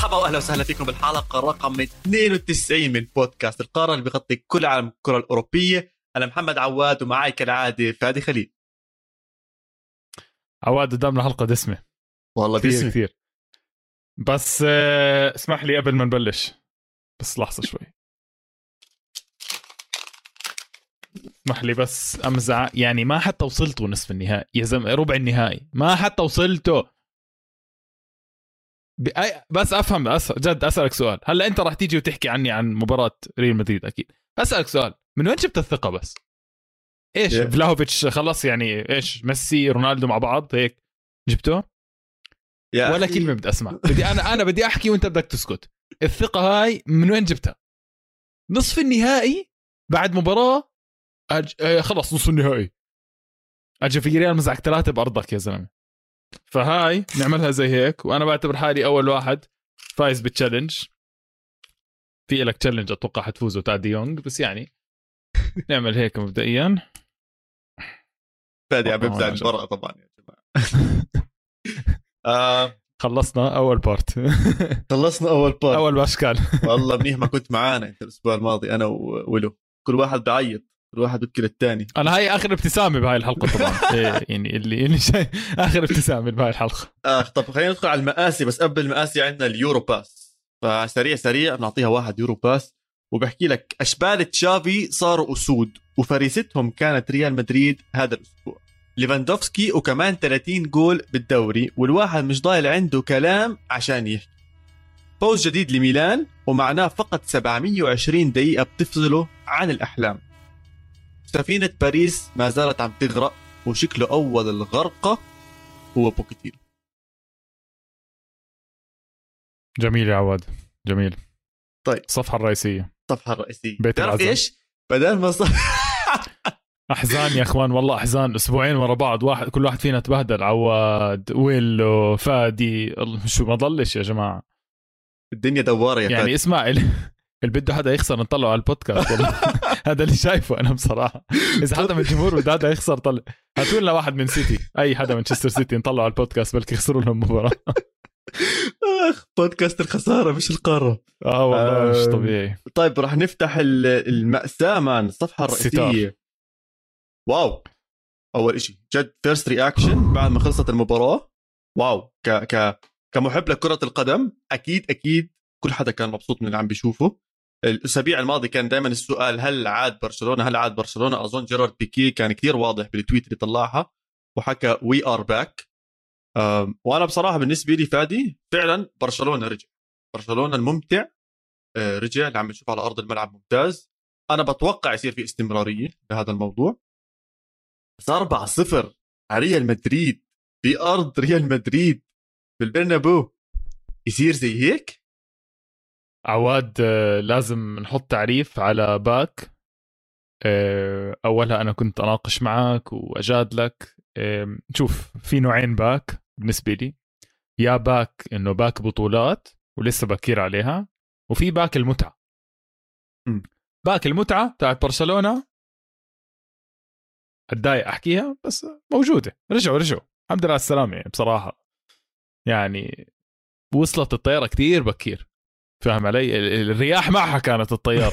مرحبا واهلا وسهلا فيكم بالحلقه رقم 92 من بودكاست القاره اللي بيغطي كل عالم الكره الاوروبيه. انا محمد عواد ومعي كالعاده فادي خليل. عواد قدامنا حلقه دسمه والله دسمه كثير بس اسمح لي قبل ما نبلش بس لحظه شوي. اسمح لي بس امزع، يعني ما حتى وصلتوا نصف النهائي يا زلمه، ربع النهائي ما حتى وصلتوا. بس افهم جد اسالك سؤال. هلا انت راح تيجي وتحكي عني عن مباراه ريال مدريد اكيد. اسالك سؤال، من وين جبت الثقه بس؟ ايش فلاهوفيتش خلص يعني ايش ميسي رونالدو مع بعض هيك جبته؟ ولا كلمه بدي اسمع. بدي انا بدي احكي وانت بدك تسكت. الثقه هاي من وين جبتها؟ نصف النهائي بعد مباراه خلص نصف النهائي اجى في ريال مزعك 3 بارضك يا زلمه. فهاي نعملها زي هيك، وانا بعتبر حالي اول واحد فايز بالتشالنج. في لك تشالنج اتوقع حتفوزوا تاع دي يونغ، بس يعني نعمل هيك مبدئيا. فادي عم ببزع المباراه طبعا يا جماعه. خلصنا اول بارت. اول باشكال. والله منيح ما كنت معانا انت الاسبوع الماضي انا ولو، كل واحد بعيط، كل واحد بكل الثاني. انا هاي اخر ابتسامه بهاي الحلقه طبعا. يعني اللي شايف اخر ابتسامه بهاي الحلقه. طب خلينا ندخل على المقاسي، بس قبل المقاسي عندنا اليورو باس، فسريع بنعطيها 1 يورو باس. وبحكي لك اشبال تشافي صاروا اسود وفريستهم كانت ريال مدريد هذا الاسبوع. ليفاندوفسكي وكمان 30 جول بالدوري، والواحد مش ضايل عنده كلام عشان يحكي. فوز جديد لميلان ومعناه فقط 720 دقيقة بتفصله عن الأحلام. سفينة باريس ما زالت عم تغرق، وشكله أول الغرقة هو بوكيتينو. جميل يا عواد جميل. طيب الصفحة الرئيسية تعرف إيش بدل ما أحزان يا أخوان، والله أحزان. أسبوعين ورا بعض كل واحد فينا تبهدل. عواد ويلو فادي شو ما ضلش يا جماعة. الدنيا دوارة يا يعني فادي. اسمع اللي بده حدا يخسر نطلعه على البودكاست والله. هذا اللي شايفه أنا بصراحة. إذا حدا من الجمهور بده هذا يخسر طلع هاتوا لنا واحد من سيتي، أي حدا من مانشستر سيتي نطلعه على البودكاست بلكي يخسروا لهم مباراة. بودكاست الخسارة مش القارة. والله مش طبيعي. طيب راح نفتح المأساة مان الصفحة الرئيسية. ستار. واو، أول إشي جد فيرست رياكشن بعد ما خلصت المباراة. واو، كمحب لكرة القدم أكيد كل حدا كان مبسوط من اللي عم بيشوفه. الأسابيع الماضي كان دائما السؤال هل عاد برشلونة. أظن جيرارد بيكي كان كتير واضح بالتويت اللي طلعها وحكى we are back. وأنا بصراحة بالنسبة لي فادي فعلا برشلونة رجع، برشلونة الممتع رجع، اللي عم نشوفه على أرض الملعب ممتاز. أنا بتوقع يصير في استمرارية لهذا الموضوع. صار 4-0 على ريال مدريد بأرض ريال مدريد بالبرنابو، يصير زي هيك. عواد لازم نحط تعريف على باك. أولها أنا كنت أناقش معك وأجادلك. شوف، في نوعين باك بالنسبة لي. يا باك إنه باك بطولات ولسه بكير عليها، وفي باك المتعة. باك المتعة تاعت برشلونة أتضايق أحكيها بس موجودة. رجعوا الحمد لله على السلامة. يعني بصراحة يعني وصلت الطيارة كتير بكير، فاهم علي؟ الرياح معها كانت الطيارة.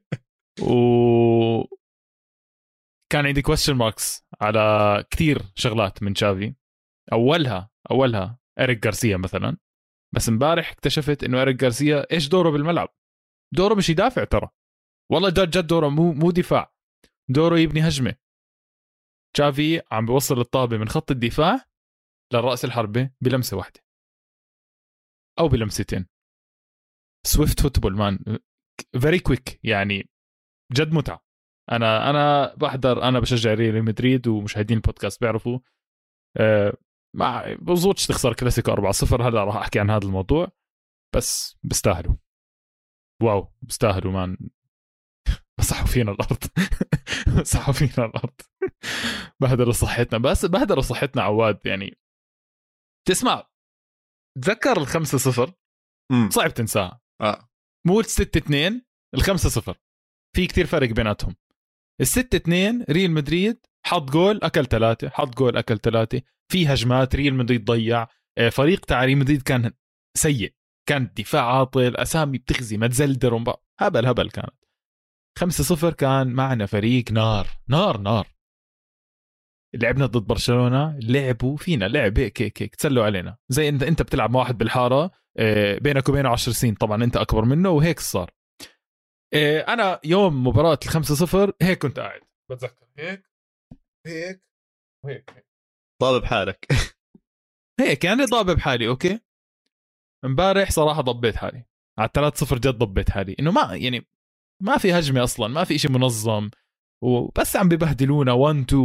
و كان عندي question marks على كتير شغلات من تشافي. أولها إريك غارسيا مثلا. بس امبارح اكتشفت إنه إريك غارسيا إيش دوره بالملعب. دوره مش يدافع ترى، والله جد دوره مو دفاع، دوره يبني هجمة. تشافي عم بيوصل الطابة من خط الدفاع للرأس الحربة بلمسة واحدة أو بلمستين. سويفت فوتبول مان، فيري كويك، يعني جد متعة. أنا بحضر، أنا بشجع ريال مدريد ومشاهدين البودكاست بيعرفوا. ما بظبطش تخسر كلاسيكو 4-0. هلا راح أحكي عن هذا الموضوع، بس بيستاهلوا. واو بيستاهلوا مان. مسحوا فينا الأرض. مسحوا فينا الأرض. بهدلوا صحتنا، بس بهدلوا صحتنا عواد. يعني تسمع، تذكر 5-0 صعب تنساها. مو 6-2 5-0 في كتير فرق بيناتهم. 6-2 ريال مدريد حط جول أكل 3، حط جول أكل 3. في هجمات ريال مدريد ضيع. فريق تاع ريال مدريد كان سيء، كان دفاع عاطل، اسامي بتخزي متزلدر هبل كانت. 5-0 كان معنا فريق نار. لعبنا ضد برشلونة، لعبوا فينا لعب هيك تسلوا علينا، زي انت بتلعب مع واحد بالحارة بينك وبينه 10 سنين، طبعا انت اكبر منه، وهيك صار. انا يوم مباراة 5-0 هيك كنت قاعد بتذكر هيك طابب حالك. هيك يعني ضابب حالي. اوكي، امبارح صراحة ضبيت حالي على 3-0، جد ضبيت حالي انه ما في هجمة اصلا، ما في اشي منظم، وبس عم ببهدلونا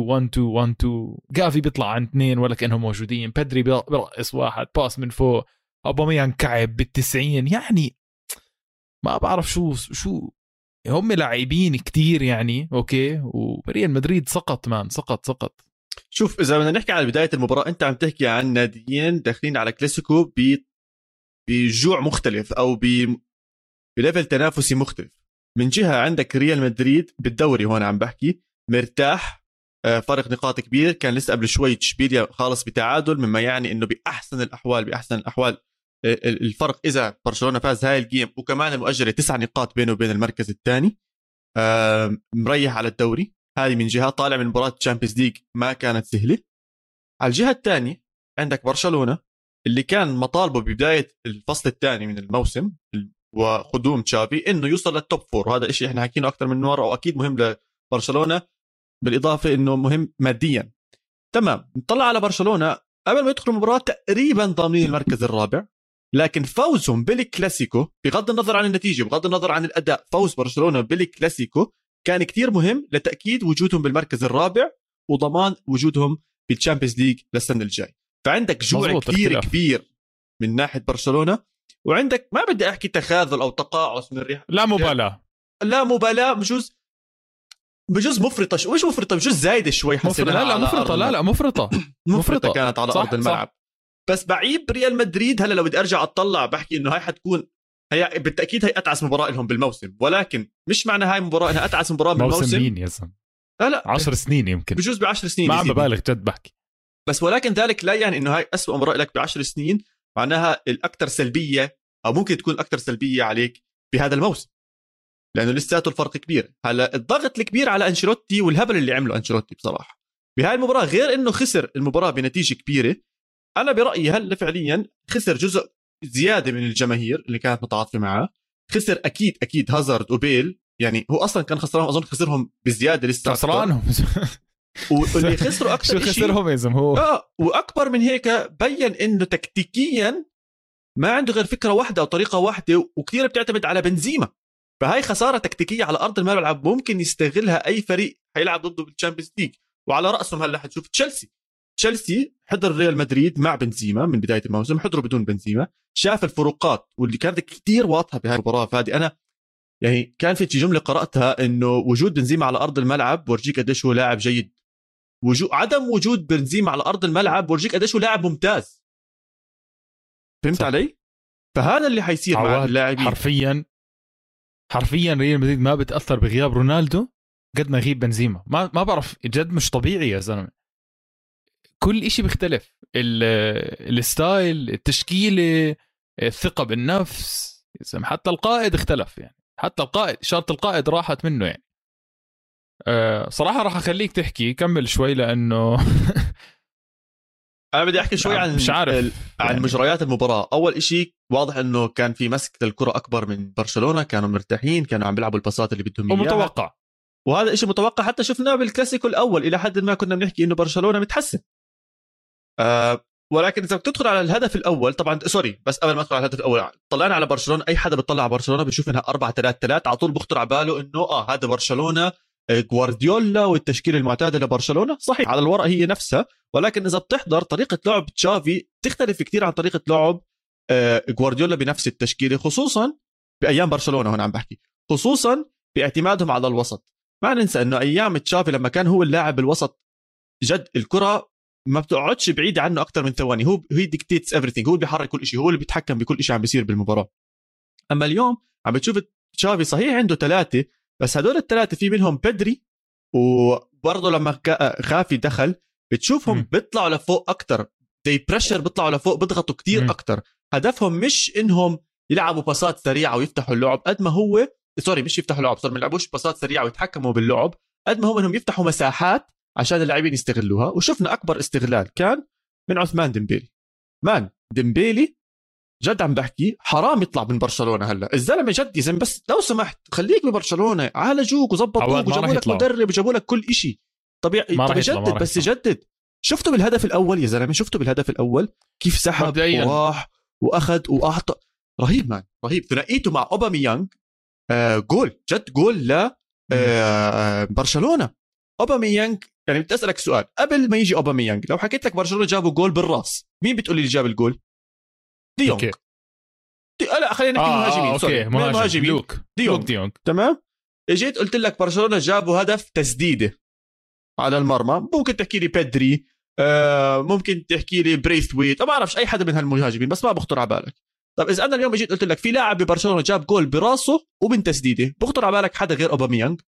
1-2 جافي بيطلع عن 2 ولا كأنهم موجودين، بيدري برقص واحد باس من فوق، أوباميانغ كعب بال90. يعني ما بعرف شو هم لاعبين كتير يعني. اوكي، وريال مدريد سقط. شوف، اذا بدنا نحكي على بدايه المباراه، انت عم تحكي عن ناديين داخلين على كلاسيكو بجوع مختلف او بليفل تنافسي مختلف. من جهه عندك ريال مدريد بالدوري، هون عم بحكي مرتاح، فرق نقاط كبير، كان لسه قبل شوي تشبيليا خالص بتعادل، مما يعني انه باحسن الاحوال الفرق اذا برشلونه فاز هاي الجيم وكمان المؤجله 9 نقاط بينه وبين المركز الثاني، مريح على الدوري. هذه من جهه، طالع من مباراه تشامبيونز ليج ما كانت سهله. على الجهه الثانيه عندك برشلونه اللي كان مطالبه ببدايه الفصل الثاني من الموسم وقدوم تشافي انه يوصل للتوب 4، وهذا الشيء احنا حكيناه اكثر من مره، واكيد مهم لبرشلونه، بالاضافه انه مهم ماديا. تمام، نطلع على برشلونه قبل ما يدخلوا المباراه تقريبا ضامنين المركز الرابع، لكن فوزهم بالكلاسيكو بغض النظر عن النتيجه، بغض النظر عن الاداء، فوز برشلونه بالكلاسيكو كان كتير مهم لتاكيد وجودهم بالمركز الرابع وضمان وجودهم بالتشامبيونز ليج للسنه الجاي. فعندك جوع كتير كبير من ناحيه برشلونه، وعندك ما بدي احكي تخاذل او تقاعس من الريح، لا مبالاه بجوز مفرطه، مش مفرطه، بجوز زايده شوي، حسينا مفرطه كانت على ارض الملعب. بس بعيب ريال مدريد. هلا لو بدي ارجع اطلع بحكي انه هاي حتكون بالتاكيد هي اتعس مباراه لهم بالموسم، ولكن مش معنى هاي مباراه انها اتعس مباراه بالموسم. مين يا زلمه؟ لا 10 سنين يمكن، بجوز ب10 سنين، ما عم ببالغ جد بحكي. بس ولكن ذلك لا يعني انه هاي اسوأ مباراه لك ب10 سنين، معناها الاكثر سلبيه او ممكن تكون الاكثر سلبيه عليك بهذا الموسم، لانه لساته الفرق كبير. هلا الضغط الكبير على انشيلوتي والهبل اللي عمله انشيلوتي بصراحه بهاي المباراه، غير انه خسر المباراه بنتيجه كبيره. انا برايي هلا فعليا خسر جزء زياده من الجماهير اللي كانت متعاطفه معه، خسر اكيد هازارد وبيل، يعني هو اصلا كان خسرانهم، اظن خسرهم بزياده لسه خسرانهم واللي خسروا اكثر شيء خسرهم يزم هو واكبر من هيك بين انه تكتيكيا ما عنده غير فكره واحده او طريقه واحده، وكثير بتعتمد على بنزيما. فهاي خساره تكتيكيه على ارض الملعب ممكن يستغلها اي فريق هيلعب ضده بالتشامبيونز ليج. وعلى راسهم هلا حتشوف تشيلسي حضر ريال مدريد مع بنزيما من بدايه الموسم، حضروا بدون بنزيما، شاف الفروقات واللي كانت كتير واضحه بهاي المباراه. فهذه انا يعني كان في جمله قراتها انه وجود بنزيما على ارض الملعب بورجيك قديش هو لاعب جيد، عدم وجود بنزيما على ارض الملعب بورجيك قديش هو لاعب ممتاز. فهمت علي؟ فهذا اللي حيصير مع اللاعبين. حرفيا ريال مدريد ما بتاثر بغياب رونالدو قد ما يغيب بنزيما. ما بعرف، جد مش طبيعي يا زلمه. كل إشي بيختلف، الستايل، التشكيله، الثقه بالنفس، حتى القائد اختلف. يعني حتى القائد، شرط القائد راحت منه. يعني صراحه راح اخليك تحكي، كمل شوي لانه انا بدي احكي شوي عن مش عارف عن مجريات المباراه. اول إشي واضح انه كان في مسك للكره اكبر من برشلونه، كانوا مرتاحين، كانوا عم بيلعبوا الباصات اللي بدهم اياها، ومتوقع. وهذا إشي متوقع، حتى شفناه بالكلاسيكو الاول الى حد ما كنا بنحكي انه برشلونه متحسن. ولكن اذا بتدخل على الهدف الاول، طبعا سوري، بس قبل ما ادخل على الهدف الاول، طلعنا على برشلونه، اي حدا بيطلع على برشلونه بيشوف انها 4-3-3 على طول بخطر على باله انه هذا برشلونه غوارديولا والتشكيل المعتاد لبرشلونه. صحيح على الورق هي نفسها، ولكن اذا بتحضر طريقه لعب تشافي تختلف كتير عن طريقه لعب غوارديولا بنفس التشكيله، خصوصا بايام برشلونه. هون عم بحكي خصوصا باعتمادهم على الوسط. ما ننسى انه ايام تشافي لما كان هو اللاعب الوسط، جد الكره ما بتقعدش بعيد عنه اكثر من ثواني، هو ديكتيتس ايفريثينج، هو اللي بيحرك كل شيء، هو اللي بيتحكم بكل شيء عم بيصير بالمباراه. اما اليوم عم بتشوف تشافي صحيح عنده 3، بس هدول ال3 في منهم بدري، وبرضه لما خافي دخل بتشوفهم بيطلعوا لفوق اكثر، زي بريشر، بيطلعوا لفوق، بيضغطوا كتير اكثر. هدفهم مش انهم يلعبوا باصات سريعه ويفتحوا اللعب قد ما هو مش يفتحوا اللعب ما يلعبوش باصات سريعه ويتحكموا باللعب قد ما هو انهم يفتحوا مساحات عشان اللاعبين يستغلوها. وشفنا اكبر استغلال كان من عثمان ديمبيلي. ديمبيلي جد عم بحكي حرام يطلع من برشلونه هلا الزلمه جد يا زلمه، بس لو سمحت خليك ببرشلونه، عالجوك وظبطوك وجابوا لك مدرب وجابوا لك كل إشي طبيعي. طب يجدد بس يجدد. شفته بالهدف الاول يا زلمه، شفته بالهدف الاول كيف سحب وراح واخذ واعطى. رهيب مان رهيب. ثنائيته مع اوباميانغ جول جد جول ل برشلونه. اوباميانغ يعني بدي اسالك سؤال قبل ما يجي اوباميانغ، لو حكيت لك برشلونه جابوا جول بالراس مين بتقول لي اللي جاب الجول؟ ديونغ. لا خلينا نحكي مهاجمين. سوري مهاجمين. لوك ديونغ. تمام. اجيت قلت لك برشلونه جابوا هدف تسديده على المرمى، ممكن تحكي لي بيدري، ممكن تحكي لي بريثويت، ما بعرفش اي حدا من هالمهاجمين بس ما بخطر على بالك. طب اذا انا اليوم اجيت قلت لك في لاعب ببرشلونه جاب جول براسه ومن تسديده، بخطر على بالك حدا غير اوباميانغ؟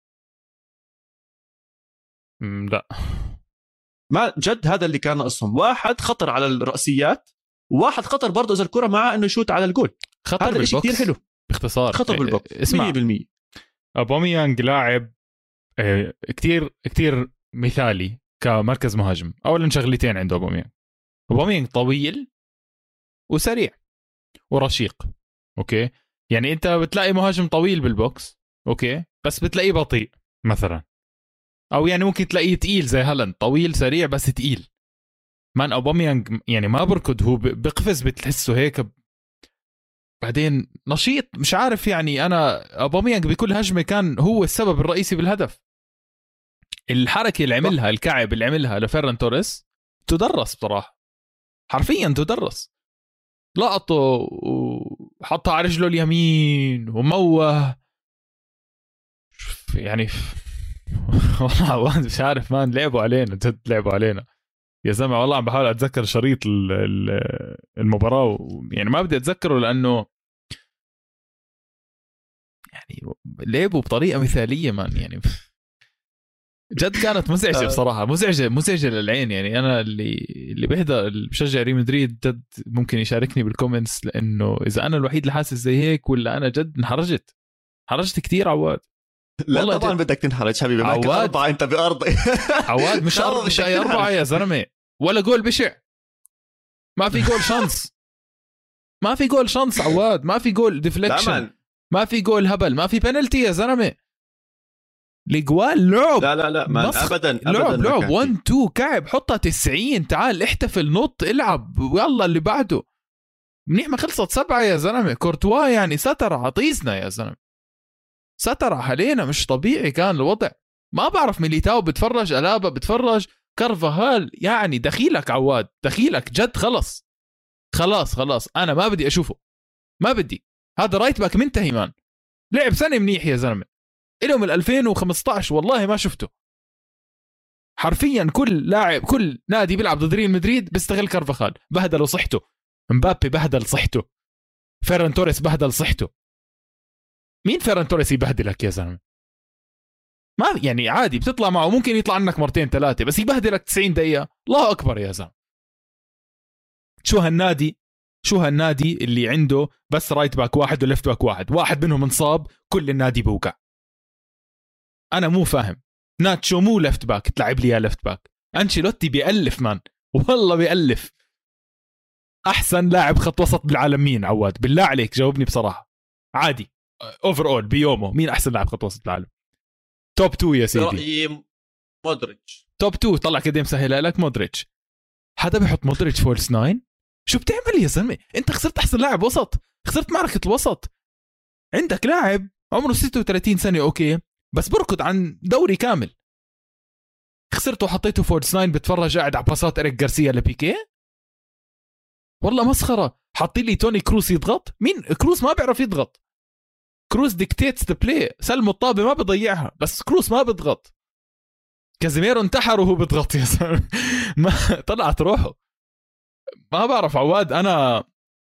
لا ما جد هذا اللي كان ناقصهم، واحد خطر على الرأسيات وواحد خطر برضه اذا الكرة معه انه يشوت على الجول. هذا الشيء كثير حلو باختصار. خطر بالبوكس. اسمع 100% اوباميانغ لاعب كتير كتير مثالي كمركز مهاجم. اولا شغلتين عند اوباميانغ طويل وسريع ورشيق. اوكي يعني انت بتلاقي مهاجم طويل بالبوكس اوكي بس بتلاقيه بطيء مثلا، او يعني ممكن تلاقيه تقيل زي هالاند طويل سريع بس تقيل. مان اوباميانغ يعني ما بركض، هو بقفز بتحسه هيك بعدين نشيط. مش عارف يعني انا اوباميانغ بكل هجمه كان هو السبب الرئيسي بالهدف. الحركه اللي عملها الكعب اللي عملها لفيران توريس تدرس بصراحه، حرفيا تدرس. لقطه وحطها على رجله اليمين وموه يعني والله مش عارف مان لعبوا علينا جد، لعبوا علينا يا زلمه. والله عم بحاول اتذكر شريط المباراه يعني ما بدي اتذكره لانه يعني لعبوا بطريقه مثاليه مان يعني جد كانت مزعجه بصراحه، مزعجه للعين. يعني انا اللي بحضر اللي بشجع ريال مدريد جد ممكن يشاركني بالكومنتس، لانه اذا انا الوحيد اللي حاسس زي هيك ولا انا جد انحرجت كتير. عواد لا طبعا بدك تنحرج حبيبي، معك 4 انت بأرضي. عواد مش اي 4 يا زلمه، ولا جول بشع، ما في جول شانس، ما في جول شانس عواد، ما في جول ديفليكشن، ما في جول هبل، ما في بنالتي يا زلمه. الجوال لعب لا ما ابدا لعب 1 2 كعب حطها 90 تعال احتفل نط العب ويلا اللي بعده. منيح ما خلصت 7 يا زلمه. كورتوا يعني ستر عطيزنا يا زلمه، ستر علينا مش طبيعي كان الوضع. ما بعرف ميليتاو بتفرج، ألابا بتفرج، كارفاهال يعني دخيلك عواد دخيلك جد. خلاص انا ما بدي اشوفه، ما بدي. هذا رايت باك منتهي مان، لعب سنه منيح يا زلمه إلهم 2015 والله ما شفته. حرفيا كل لاعب كل نادي بيلعب ضد ريال مدريد بيستغل كارفاخال، بهدلوا صحته. مبابي بهدل صحته، فيران توريس بهدل صحته. مين فيران توريس يبهدلك يا زلمه؟ ما يعني عادي بتطلع معه ممكن يطلع عنك 2 3 بس يبهدلك 90 دقيقه. الله اكبر يا زلمه. شو هالنادي اللي عنده بس رايت باك واحد وليفت باك واحد منهم انصاب كل النادي بوقع. انا مو فاهم. ناتشو مو ليفت باك تلعب لي يا ليفت باك. أنشيلوتي بيألف مان، والله بيألف. احسن لاعب خط وسط بالعالم مين عواد؟ بالله عليك جاوبني بصراحه عادي. اوفر اول بيومه مين احسن لاعب خط وسط بالعالم؟ توب 2 يا سيدي. رأيي مودريتش. توب 2 طلع كده مسهلها لك مودريتش. حدا بيحط مودريتش فولس 9؟ شو بتعمل يا زلمه؟ انت خسرت احسن لاعب وسط، خسرت معركه الوسط. عندك لاعب عمره 36 سنه اوكي بس بركض عن دوري كامل، خسرته وحطيته فولس 9 بتفرج قاعد على باسات إريك غارسيا لبيكي. والله مسخره. حاطين لي توني كروس يضغط. مين كروس؟ ما بيعرف يضغط. كروس ديكتيتس ذا بلاي، سلم الطابه ما بضيعها بس كروس ما بضغط. كازيميرو انتحر وهو بضغط يا زلمه ما طلعت روحه. ما بعرف عواد. انا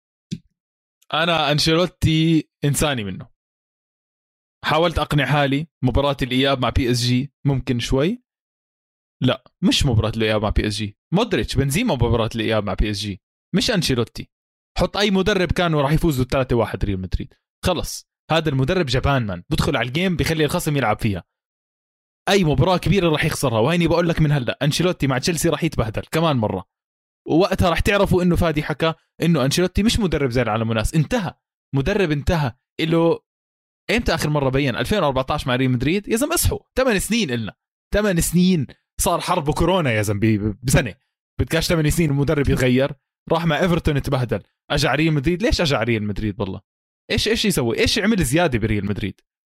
أنشيلوتي انساني منه. حاولت اقنع حالي مباراه الاياب مع بي اس جي ممكن شوي، لا مش مباراه الاياب مع بي اس جي. مودريتش بنزيما مباراه الاياب مع بي اس جي مش أنشيلوتي. حط اي مدرب كانوا راح يفوزوا 3-1 ريال مدريد. خلص هذا المدرب جبان مان، بدخل على الجيم بيخلي الخصم يلعب فيها. اي مباراه كبيره راح يخسرها. وهيني بقول لك من هلا انشيلوتي مع تشيلسي راح يتبهدل كمان مره، ووقتها راح تعرفوا انه فادي حكى انه انشيلوتي مش مدرب زي العالم وناس. انتهى مدرب، انتهى. له امتى اخر مره بين 2014 مع ريال مدريد يا زلمه؟ اصحوا 8 سنين إلنا 8 سنين صار حرب كورونا يا زلمه بسنه. بدكاش 8 سنين المدرب يتغير. راح مع ايفرتون اتبهدل، اجى ريال مدريد. ليش اجى ريال مدريد؟ والله ايش يسوي؟ ايش عمل زياده بريال مدريد؟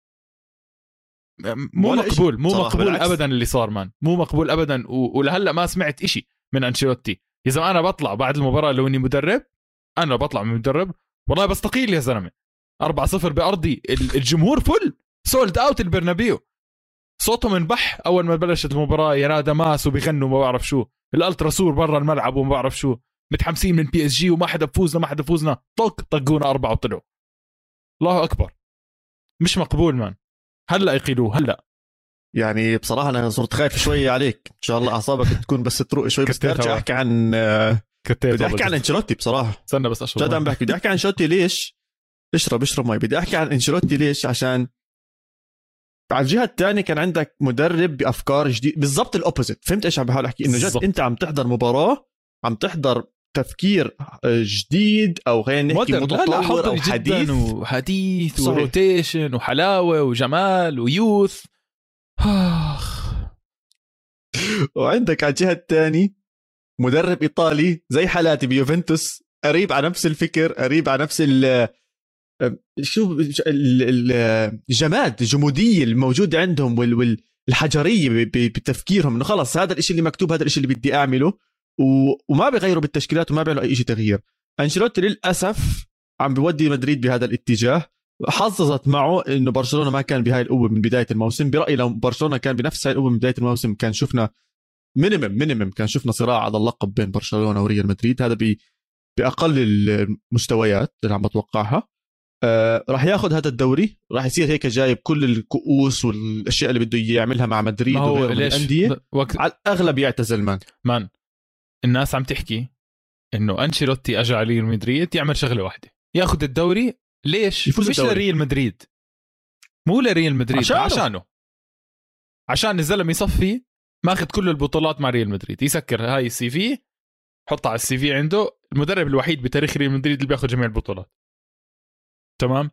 مو مقبول، مو مقبول بالعكس. ابدا اللي صار مان، مو مقبول ابدا. ولهلا ما سمعت إشي من انشيلوتي. يا زلمه انا بطلع بعد المباراه لو اني مدرب، انا بطلع من مدرب والله بستقيل يا زلمه. 4-0 بارضي، الجمهور فل سولد اوت البرنابيو، صوتهم انبح اول ما بلشت المباراه. يا نادى ماس وبيغنوا ما بعرف شو، الالترا سور برا الملعب وما بعرف شو، متحمسين من بي اس جي وما حدا بفوزنا ما حدا بفوزنا. طقونا 4 وطلعوا. الله اكبر، مش مقبول مان. هلا يقيلوه هلا. يعني بصراحه انا صرت خايف شويه عليك. ان شاء الله اعصابك تكون بس تروق شوي. بس ارجع احكي عن بدي احكي عن انشيلوتي بصراحه. استنى بس اشرب. جد عم بحكي بدي احكي عن انشيلوتي. ليش؟ اشرب مي. بدي احكي عن انشيلوتي ليش؟ عشان على الجهه الثانيه كان عندك مدرب بافكار جديده بالضبط الاوبوزيت. فهمت ايش عم بحاول احكي؟ انه جد انت عم تحضر مباراه، عم تحضر تفكير جديد او خلينا نحكي متطور او حديث وروتيشن وحلاوه وجمال ويوث. وعندك على الجهه الثانيه مدرب ايطالي زي حالاتي بيوفنتوس، قريب على نفس الفكر، قريب على نفس الجماد الجموديه الموجوده عندهم والحجريه بتفكيرهم، انه خلص هذا الاشي اللي مكتوب، هذا الاشي اللي بدي اعمله، وما بيغيروا بالتشكيلات وما بيعملوا اي شيء تغيير. انشيلوتي للاسف عم بيودي مدريد بهذا الاتجاه. حظظت معه انه برشلونه ما كان بهاي القوه من بدايه الموسم. برايي لو برشلونه كان بنفس هاي القوه من بدايه الموسم كان شفنا مينيمم كان شفنا صراع على اللقب بين برشلونه وريال مدريد. هذا باقل المستويات اللي عم بتوقعها. راح ياخذ هذا الدوري، راح يصير هيك جايب كل الكؤوس والاشياء اللي بده يعملها مع مدريد وغيره من الانديه. على الاغلب يعتزل مان. الناس عم تحكي انه انشيلوتي اجى على ريال مدريد يعمل شغله واحده، ياخذ الدوري. ليش؟ مش لريال مدريد، مو لريال مدريد، عشان الزلمه يصفي ماخذ كل البطولات مع ريال مدريد، يسكر هاي السي في، حطها على السي في عنده. المدرب الوحيد بتاريخ ريال مدريد اللي بياخذ جميع البطولات. تمام.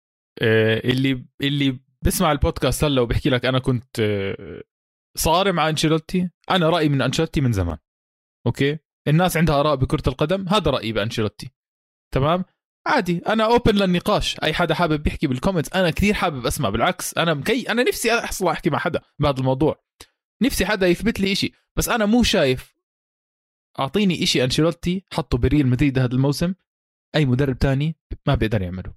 اللي بسمع البودكاست هلا وبحكي لك انا كنت صارم على انشيلوتي. انا رايي من انشيلوتي من زمان. اوكي، الناس عندها اراء بكره القدم، هذا رايي بانشيلوتي. تمام، عادي، انا اوبن للنقاش. اي حدا حابب يحكي بالكومنتس انا كثير حابب اسمع. بالعكس انا انا نفسي احصل احكي مع حدا بهذا الموضوع، نفسي حدا يثبت لي إشي. بس انا مو شايف. اعطيني إشي انشيلوتي حطه بريال مدريد هذا الموسم اي مدرب تاني ما بيقدر يعمله.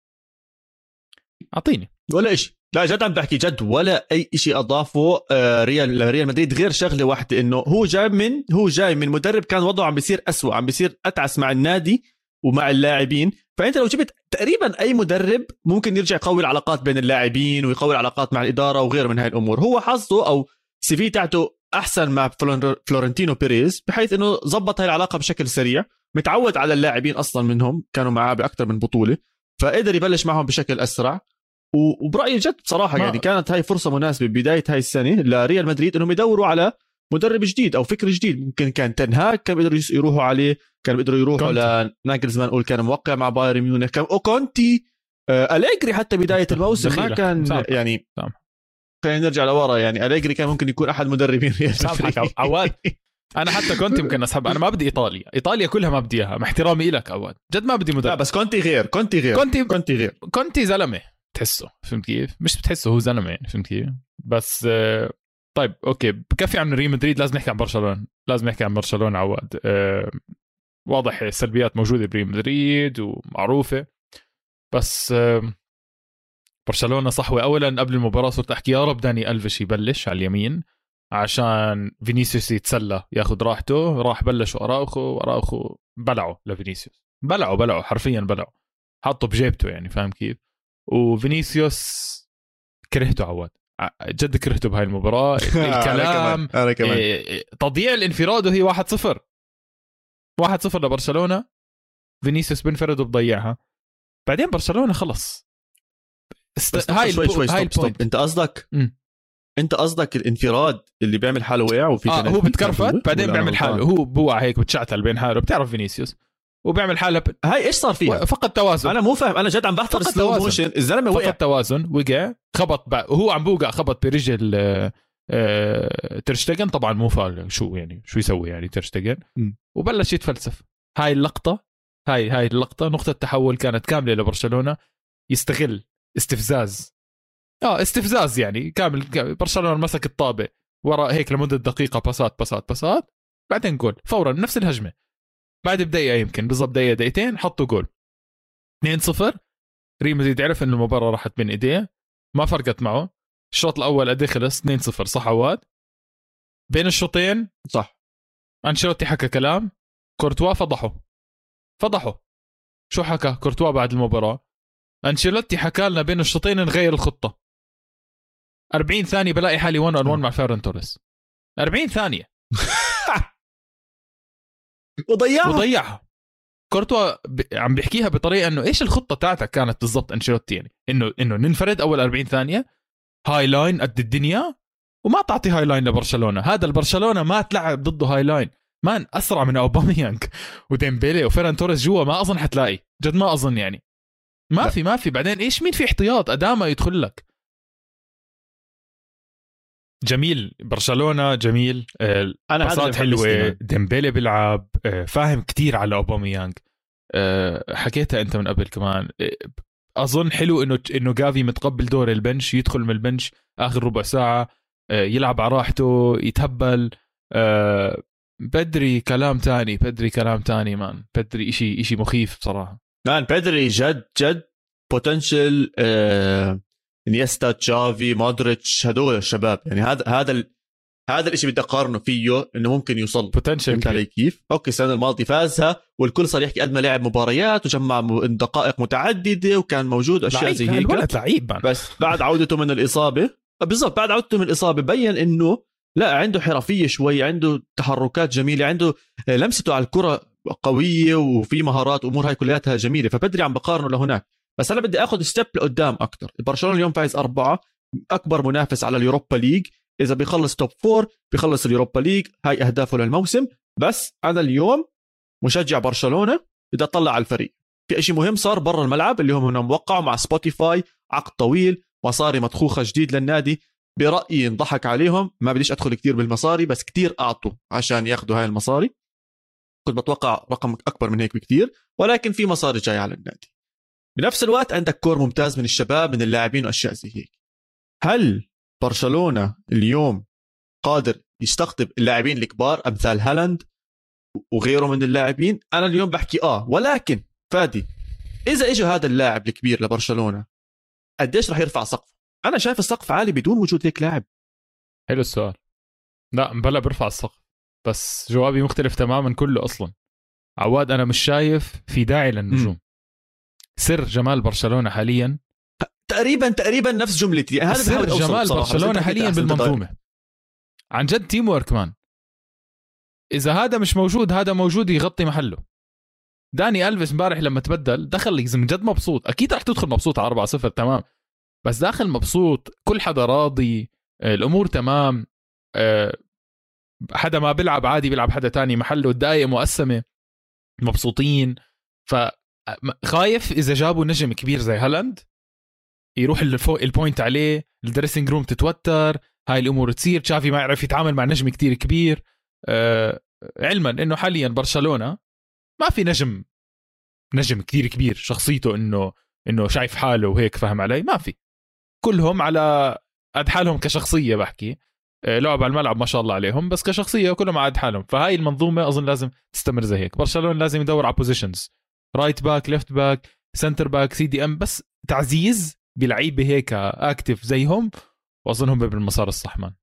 اعطيني ولا إشي. لا جد عم بحكي جد، ولا اي شيء اضافه ريال مدريد غير شغله واحده، انه هو جاي من مدرب كان وضعه عم بيصير أسوأ، عم بيصير اتعس مع النادي ومع اللاعبين. فانت لو جبت تقريبا اي مدرب ممكن يرجع يقوي العلاقات بين اللاعبين ويقوي العلاقات مع الاداره وغيره من هاي الامور. هو حظه او سي في تاعته احسن مع فلورنتينو بيريز، بحيث انه زبط هاي العلاقه بشكل سريع. متعود على اللاعبين اصلا منهم كانوا معاه باكثر من بطوله، فقدر يبلش معهم بشكل اسرع. وبرأيي جد بصراحة يعني كانت هاي فرصة مناسبة بداية هاي السنة لريال مدريد انهم يدوروا على مدرب جديد او فكر جديد. ممكن كان تنهاك كان بيقدروا يروحوا عليه، كان بيقدروا يروحوا لناجلزمان نقول كان موقع مع بايرن ميونخ، كان كونتي أليجري حتى بداية الموسم ما كان يعني. خلينا نرجع لورا، يعني أليجري كان ممكن يكون احد مدربين ريال مدريد. عواد انا حتى كنت ممكن اسحب. انا ما بدي ايطاليا كلها ما بدي اياها، مع احترامي لك عواد، جد ما بدي مدرب. لا بس كونتي غير. كونتي زلمه تحسه، فهمت كيف؟ مش بتحسه، هو زلمه يعني، فهمت كيف؟ بس طيب اوكي، بكفي عن ريال مدريد. لازم نحكي عن برشلونه عواد. واضح السلبيات موجوده بريال مدريد ومعروفه، بس برشلونه صحوه. اولا قبل المباراه صرت احكي يا رب داني ألفيش يبلش على اليمين عشان فينيسيوس يتسلى ياخذ راحته. راح بلشوا اراوخو بلعوا لفينيسيوس، بلعوا حرفيا بلعوا، حطوا بجيبته يعني، فاهم كيف؟ وفينيسيوس كرهته عواد، جد كرهته بهاي المباراة. الكلام أنا كمان. تضييع الانفراد وهي 1-0 لبرشلونة. فينيسيوس بنفرد وبضيعها. بعدين برشلونه خلص هاي البوينت. انت قصدك الانفراد اللي بيعمل حاله وقع وفي هو بتكرفت بعدين بيعمل حاله، هو بوقع هيك بتشعتل بين حاله، بتعرف فينيسيوس وبيعمل حاله هاي ايش صار فيها؟ فقد توازن. انا مو فاهم، انا جد عم بحضر سلو موشن، الزلمه وقع فقد توازن، وقع خبط وهو عم بوقع خبط برجل ترشتجن. طبعا مو فاول، شو يعني شو يسوي يعني ترشتجن، وبلش يتفلسف. هاي اللقطه هاي اللقطه نقطه تحول كانت كامله لبرشلونه يستغل استفزاز استفزاز يعني كامل. برشلونه مسك الطابه وراء هيك لمده دقيقه، باسات بعدين جول فورا نفس الهجمه. بعد بدقيقه يمكن بالضبط دقيقتين حطوا جول 2-0. ريال مدريد عرف ان المباراه راحت بين ايديه، ما فرقت معه. الشوط الاول قد خلص 2-0 صح عواد؟ بين الشوطين صح انشيلوتي حكى كلام، كورتوا فضحوا. شو حكى كورتوا بعد المباراه؟ انشيلوتي حكى لنا بين الشوطين نغير الخطه. 40 ثانيه بلاقي حالي 1-on-1 مع فيران توريس. 40 ثانيه وضيعها. كورتوا عم بيحكيها بطريقه انه ايش الخطه تاعتك كانت بالضبط انشيلوتي، يعني انه ننفرد اول 40 ثانيه هاي لاين قد الدنيا وما تعطي هاي لاين لبرشلونه. هذا البرشلونه ما تلعب ضده هاي لاين، مان اسرع من اوباميانغ وديمبيلي وفيران توريس جوا، ما اظن حتلاقي، جد ما اظن يعني ما في. بعدين ايش مين في احتياط اداما يدخل لك. جميل برشلونه جميل، انا بساط حلوه، ديمبيلي بيلعب، فاهم كتير على اوباميانغ. حكيتها انت من قبل كمان. اظن حلو انه جافي متقبل دور البنش، يدخل من البنش اخر ربع ساعه يلعب على راحته يتهبل. بدري كلام تاني مان. بدري إشي مخيف بصراحه. مان بدري جد بوتنشل. انيستا تشافي مودريتش هدول الشباب، يعني هذا الاشي بدي اقارنه فيه انه ممكن يوصل بوتنشل علي كيف. اوكي السنه الماضيه فازها والكل صار يحكي قد ما لعب مباريات وجمع دقائق متعدده وكان موجود اشياء زي هيك، لعيب بس بعد عودته من الاصابه بالضبط بعد عودته من الاصابه بين انه لا عنده حرفيه شوي، عنده تحركات جميله، عنده لمسته على الكره قويه وفي مهارات امور هاي كلياتها جميله. فبدري عم بقارنه لهناك، بس انا بدي اخذ ستيب لقدام اكثر. برشلونه اليوم فايز 4، اكبر منافس على اليوروبا ليج، اذا بيخلص توب 4 بيخلص اليوروبا ليج، هاي اهدافه للموسم. بس انا اليوم مشجع برشلونه بدي اطلع على الفريق. في شيء مهم صار برا الملعب اللي هم موقعوا مع سبوتيفاي عقد طويل، مصاري مدخوخه جديد للنادي. برأيي انضحك عليهم، ما بديش ادخل كتير بالمصاري بس كتير اعطوا عشان ياخذوا هاي المصاري. كنت بتوقع رقم اكبر من هيك بكتير، ولكن في مصاري جاي على النادي. بنفس الوقت عندك كور ممتاز من الشباب من اللاعبين واشياء زي هيك. هل برشلونة اليوم قادر يستقطب اللاعبين الكبار امثال هالاند وغيره من اللاعبين؟ انا اليوم بحكي ولكن فادي اذا اجى هذا اللاعب الكبير لبرشلونة قديش رح يرفع سقف؟ انا شايف السقف عالي بدون وجود هيك لاعب. حلو السؤال. لا بلا برفع السقف، بس جوابي مختلف تماما كله. اصلا عواد انا مش شايف في داعي للنجوم. سر جمال برشلونة حاليا تقريبا نفس جملتي. هذا سر جمال برشلونة حاليا بالمنظومة عن جد تيم وورك مان. اذا هذا مش موجود هذا موجود يغطي محله. داني ألفيس امبارح لما تبدل دخل من جد مبسوط، اكيد رح تدخل مبسوط على 4-0 تمام، بس داخل مبسوط، كل حدا راضي، الامور تمام. حدا ما بيلعب عادي بيلعب حدا تاني محله، الدقايق مقسمة، مبسوطين. فخايف اذا جابوا نجم كبير زي هالاند يروح البوينت عليه، الدريسنج روم تتوتر، هاي الامور تصير، تشافي ما يعرف يتعامل مع نجم كتير كبير. علما انه حاليا برشلونة ما في نجم كتير كبير شخصيته انه شايف حاله وهيك، فهم علي؟ ما في، كلهم على قد حالهم كشخصية. بحكي لعب على الملعب ما شاء الله عليهم، بس كشخصية كلهم على قد حالهم. فهاي المنظومة أظن لازم تستمر زي هيك. برشلونة لازم يدور على بوزيشنز، رايت باك، ليفت باك، سنتر باك، CDM، بس تعزيز بلعيبة هيك اكتف زيهم، وأظنهم بالمسار الصح. مان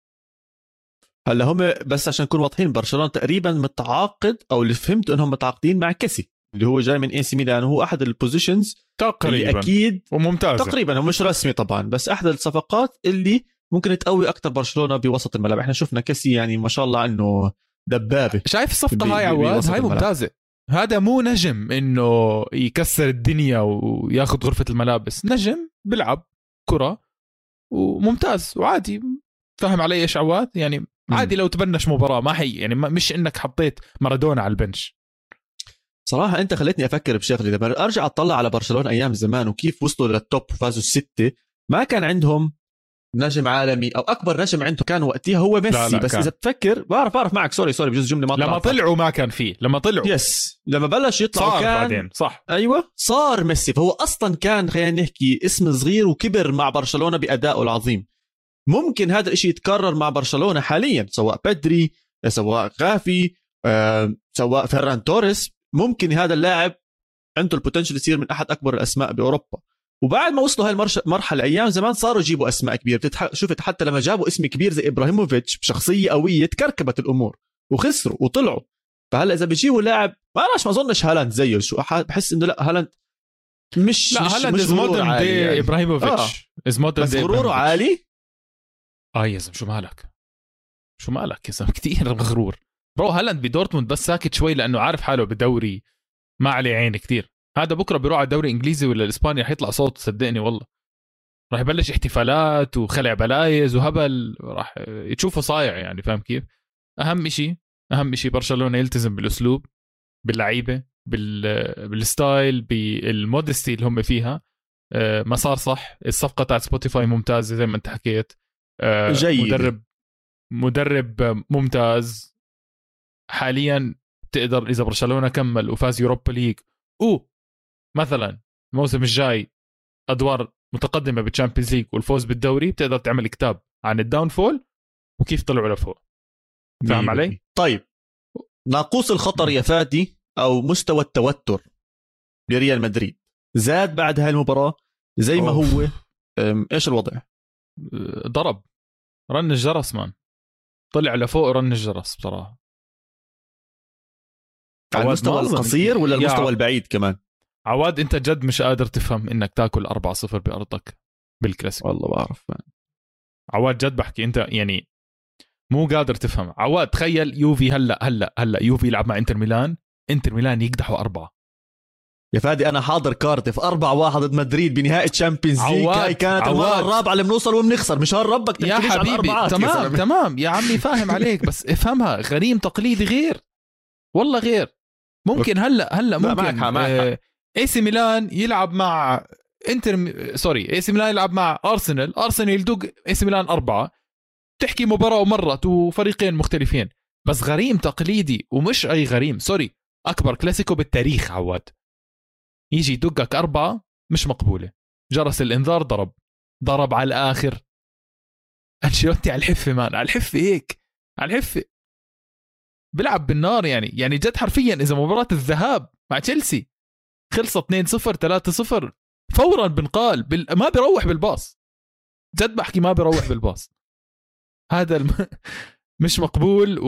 هلا هم بس عشان نكون واضحين، برشلونة تقريبا متعاقد او اللي فهمت انهم متعاقدين مع كيسي اللي هو جاي من AC ميلان، هو احد البوزيشنز تقريبا اكيد وممتازة. تقريبا هو مش رسمي طبعا، بس احد الصفقات اللي ممكن تقوي اكثر برشلونة بوسط الملعب. احنا شفنا كيسي يعني ما شاء الله انه دبابة. شايف الصفقة هاي عواد؟ هاي ممتازة. هذا مو نجم انه يكسر الدنيا وياخذ غرفة الملابس، نجم بلعب كرة وممتاز وعادي. فاهم علي ايش عواد؟ يعني عادي لو تبنش مباراة ما هي يعني مش انك حطيت مارادونا على البنش. صراحة أنت خلتني أفكر بشغلة، لما أرجع أطلع على برشلونة أيام زمان وكيف وصلوا للتوب وفازوا الستة، ما كان عندهم نجم عالمي أو أكبر نجم عنده كان وقتها هو ميسي. لا بس كان. إذا بتفكر بعرف معك سوري بجوز جملة ما لما طلعوا ما كان فيه، لما طلعوا يس لما بلش يطلعوا كان بعدين صح. أيوة صار ميسي. فهو أصلا كان خلينا نحكي اسم صغير وكبر مع برشلونة بأدائه العظيم. ممكن هذا الاشي يتكرر مع برشلونة حاليا، سواء بدري سواء غافي سواء فيران توريس. ممكن هذا اللاعب عنده البوتنشل يصير من أحد أكبر الأسماء بأوروبا. وبعد ما وصلوا هاي المرحلة أيام زمان صاروا يجيبوا أسماء كبيرة. شفت حتى لما جابوا اسم كبير زي إبراهيموفيتش بشخصية قوية تكركبت الأمور وخسروا وطلعوا. فهلا إذا بيجيبوا لاعب ما أظنش هالاند زيه، شو بحس إنه لا هالاند مش مودرن دي يعني. إبراهيموفيتش بس غروره عالي. يا زلمة شو مالك يا زلمة كتير مغرور برو. هالاند بدورتموند بس ساكت شوي لأنه عارف حاله بدوري ما عليه عين كتير. هذا بكرة بيروح على الدوري الإنجليزي ولا الإسباني رح يطلع صوت صدقني والله. راح يبلش احتفالات وخلع بلايز وهبل، راح تشوفه صايع يعني. فاهم كيف؟ أهم شيء برشلونة يلتزم بالأسلوب، باللعيبة، بالستايل، بالمودستي اللي هم فيها. ما صار صح. الصفقة تاعت سبوتيفاي ممتازة زي ما أنت حكيت. جيد. مدرب ممتاز حاليا. تقدر إذا برشلونة كمل وفاز يوروبا ليج مثلا الموسم الجاي أدوار متقدمة بالتشامبيونز ليج والفوز بالدوري، بتقدر تعمل كتاب عن الداون فول وكيف طلعوا لفوق. فاهم علي؟ طيب ناقوس الخطر يا فادي أو مستوى التوتر بريال مدريد زاد بعد هاي المباراة زي ما هو. إيش الوضع؟ ضرب رن الجرس مان، طلع لفوق رن الجرس بصراحة. على المستوى القصير ولا المستوى البعيد كمان؟ عواد انت جد مش قادر تفهم انك تاكل 4-0 بأرضك بالكلاسيكو. والله بعرف عواد جد بحكي انت يعني مو قادر تفهم. عواد تخيل يوفي هلا يوفي يلعب مع انتر ميلان يقدحوا 4. يا فادي انا حاضر كارديف 4-1 ضد مدريد بنهائي تشامبيونز ليج. هاي كانت المره الرابعه اللي بنوصل وبنخسر. مش ربك يا حبيبي تمام يا عمي فاهم عليك بس افهمها. غريم تقليدي غير والله غير. ممكن هلا ممكن اي سي ميلان يلعب مع اي سي ميلان يلعب مع ارسنال يلدق اي سي ميلان 4. تحكي مباراه ومرت وفريقين مختلفين. بس غريم تقليدي ومش اي غريم سوري اكبر كلاسيكو بالتاريخ. عواد يجي يدقك 4 مش مقبوله. جرس الانذار ضرب على الاخر. انشيلوتي على الحفه مان، على الحفه هيك على الحفه بلعب بالنار يعني جد حرفيا. اذا مباراه الذهاب مع تشيلسي خلصت 2-0 3-0 فورا بنقال ما بيروح بالباص. جد بحكي ما بيروح بالباص. هذا مش مقبول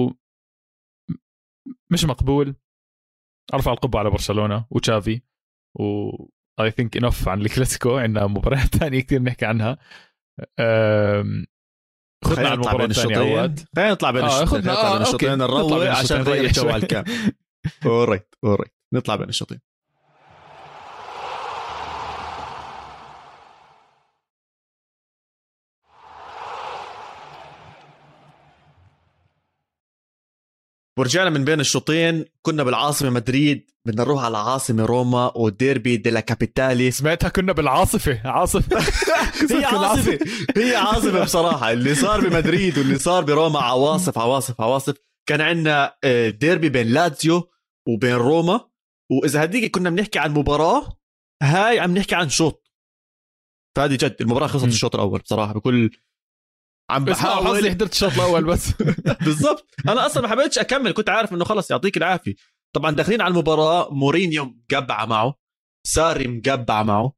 مش مقبول. ارفع القبعه على برشلونه وتشافي I think enough عن الكلاسيكو. عندنا مباريات ثانيه كتير نحكي عنها. خدنا على المباراة الثانية عواد. خلينا نطلع بين الشوطين نروق عشان نغير الجو على الكام. اوريت نطلع بين الشوطين. ورجعنا من بين الشوطين. كنا بالعاصمة مدريد، بدنا نروح على عاصمة روما وديربي ديلا كابيتالي. سمعتها كنا بالعاصفة عاصفة. هي عاصفة بصراحة. اللي صار بمدريد واللي صار بروما عواصف. كان عندنا ديربي بين لاتزيو وبين روما. وإذا هديك كنا بنحكي عن مباراة، هاي عم نحكي عن شوط. فهذه جد المباراة خلصت الشوط الأول بصراحة. بكل عم بحاول حضرت الشوط الأول بس. بالضبط. أنا أصلا ما حبيتش أكمل، كنت عارف إنه خلص يعطيك العافية. طبعا داخلين على المباراة مورينيو مقبعة معه، ساري مقبعة معه.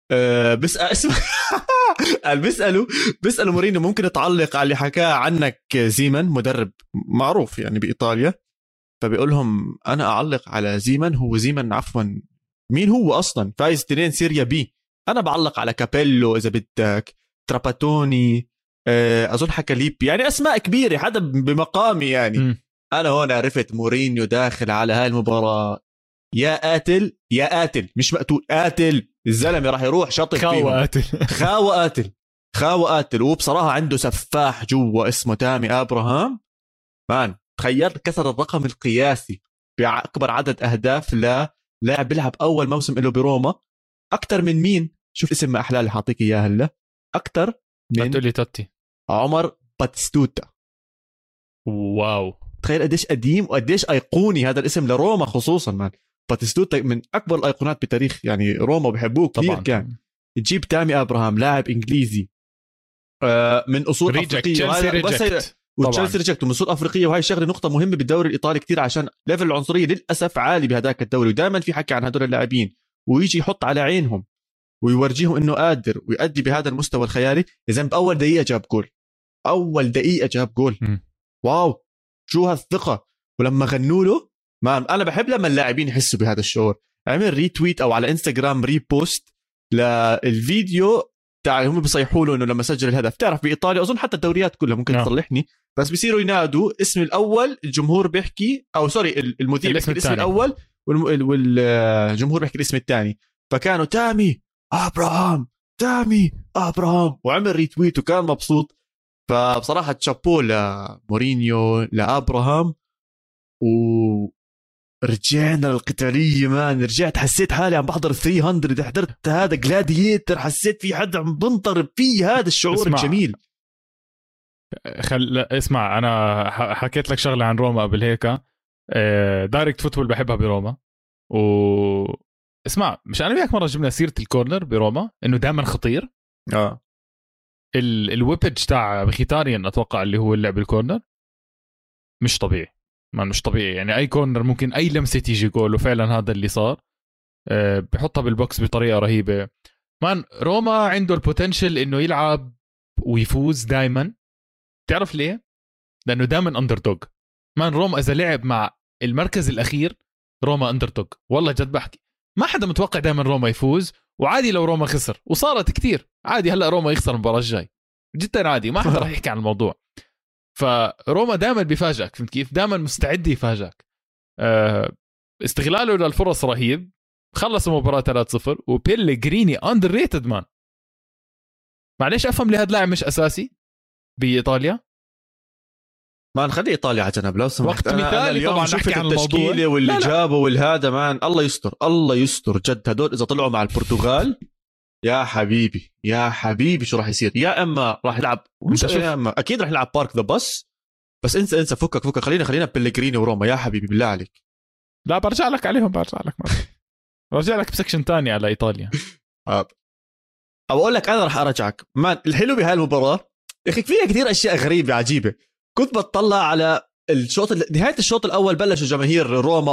بيسألوا مورينيو ممكن تعلق على اللي حكاه عنك زيمن مدرب معروف يعني بإيطاليا. فبيقول لهم أنا أعلق على زيمن. هو زيمن عفوا مين هو أصلا؟ فايز 2 سيريا بي. أنا بعلق على كابيلو إذا بدك، تراباتوني، أظن حكاليبي، يعني أسماء كبيرة حدا بمقامي يعني. انا هون عرفت مورينيو داخل على هاي المباراه يا قاتل يا قاتل، مش مقتول، قاتل. الزلمه راح يروح شطف فيهم. خاوة قاتل. وبصراحه عنده سفاح جوا اسمه تامي ابراهام. مان تخيل كسر الرقم القياسي باكبر عدد اهداف لاعب بيلعب اول موسم له بروما. اكثر من مين؟ شوف اسم ما احلى اللي حاطيك اياه هلا. اكثر من تقولي توتي، عمر باتستوتا. واو تخيل قديش قديم وقديش ايقوني هذا الاسم لروما خصوصا. مان باتستوتا من اكبر الايقونات بتاريخ يعني روما، وبحبوه كثير طبعا. كان. تجيب تامي ابراهام لاعب انجليزي من اصول افريقيه، وتشيلسي ريجكت من اصول افريقيه. وهي الشغله نقطه مهمه بالدوري الايطالي كتير، عشان ليفل العنصريه للاسف عالي بهداك الدوري، ودائما في حكي عن هدول اللاعبين، ويجي يحط على عينهم ويورجيهم انه قادر ويؤدي بهذا المستوى الخيالي. اذا باول دقيقه جاب جول، اول دقيقه جاب جول. واو شو هالثقه. ولما غنوا له، ما انا بحب لما اللاعبين يحسوا بهذا الشعور. عمل ريتويت او على انستغرام ريبوست للفيديو تاع هم بيصيحوا له انه لما سجل الهدف. تعرف بايطاليا اظن حتى الدوريات كلها ممكن تصلحني، بس بيصيروا ينادوا اسم الاول، الجمهور بيحكي او سوري المذيع بيحكي الاسم الاول والجمهور بيحكي الاسم الثاني. فكانوا تامي ابراهام وعمل ريتويت وكان مبسوط. فبصراحه تشابو لمورينيو لابراهام. ورجعنا للقتاليه مان. رجعت حسيت حالي عم بحضر 300. حضرت هذا جلاديتر، حسيت في حد عم بنطر فيه. هذا الشعور الجميل. اسمع انا حكيت لك شغله عن روما قبل هيك. دايركت فوتبول بحبها بروما. اسمع مش انا وياك مره جبنا سيره الكورنر بروما انه دائما خطير. الويبج تاع مخيتاريان اتوقع اللي هو اللعب الكورنر مش طبيعي. مش طبيعي يعني. اي كورنر ممكن اي لمسه تيجي جول، وفعلا هذا اللي صار. بحطها بالبوكس بطريقه رهيبه. مان روما عنده البوتنشل انه يلعب ويفوز دائما. تعرف ليه؟ لانه دائما اندردوج. مان روما اذا لعب مع المركز الاخير روما اندردوج. والله جد بحكي ما حدا متوقع دائما روما يفوز، وعادي لو روما خسر، وصارت كتير عادي. هلا روما يخسر المباراه الجاي جدا عادي، ما حدا راح يحكي عن الموضوع. فروما دائما بيفاجئك، فهمت كيف؟ دائما مستعد يفاجئك. استغلاله للفرص رهيب. خلص المباراه 3-0. وبيلغريني اندر ريتد مان. معليش افهم ليه هذا اللاعب مش اساسي بايطاليا. ما نخلي ايطاليا على جنب لو سمحت. وقت مثالي طبعا نحكي عن التشكيله واللي جابه والهذا مان. الله يستر جد. هدول اذا طلعوا مع البرتغال يا حبيبي شو راح يصير. يا اما راح يلعب يا اما اكيد راح يلعب بارك ذا بس انسى فكك خلينا بيلغريني وروما يا حبيبي بالله عليك. لا برجع لك عليهم برجع لك بسكشن تاني على ايطاليا. او اقول لك انا راح ارجعك مان. الحلو بهاي المباراه يا اخي فيها كثير اشياء غريبه عجيبه. كنت بتطلع على نهايه الشوط الاول بلشوا جماهير روما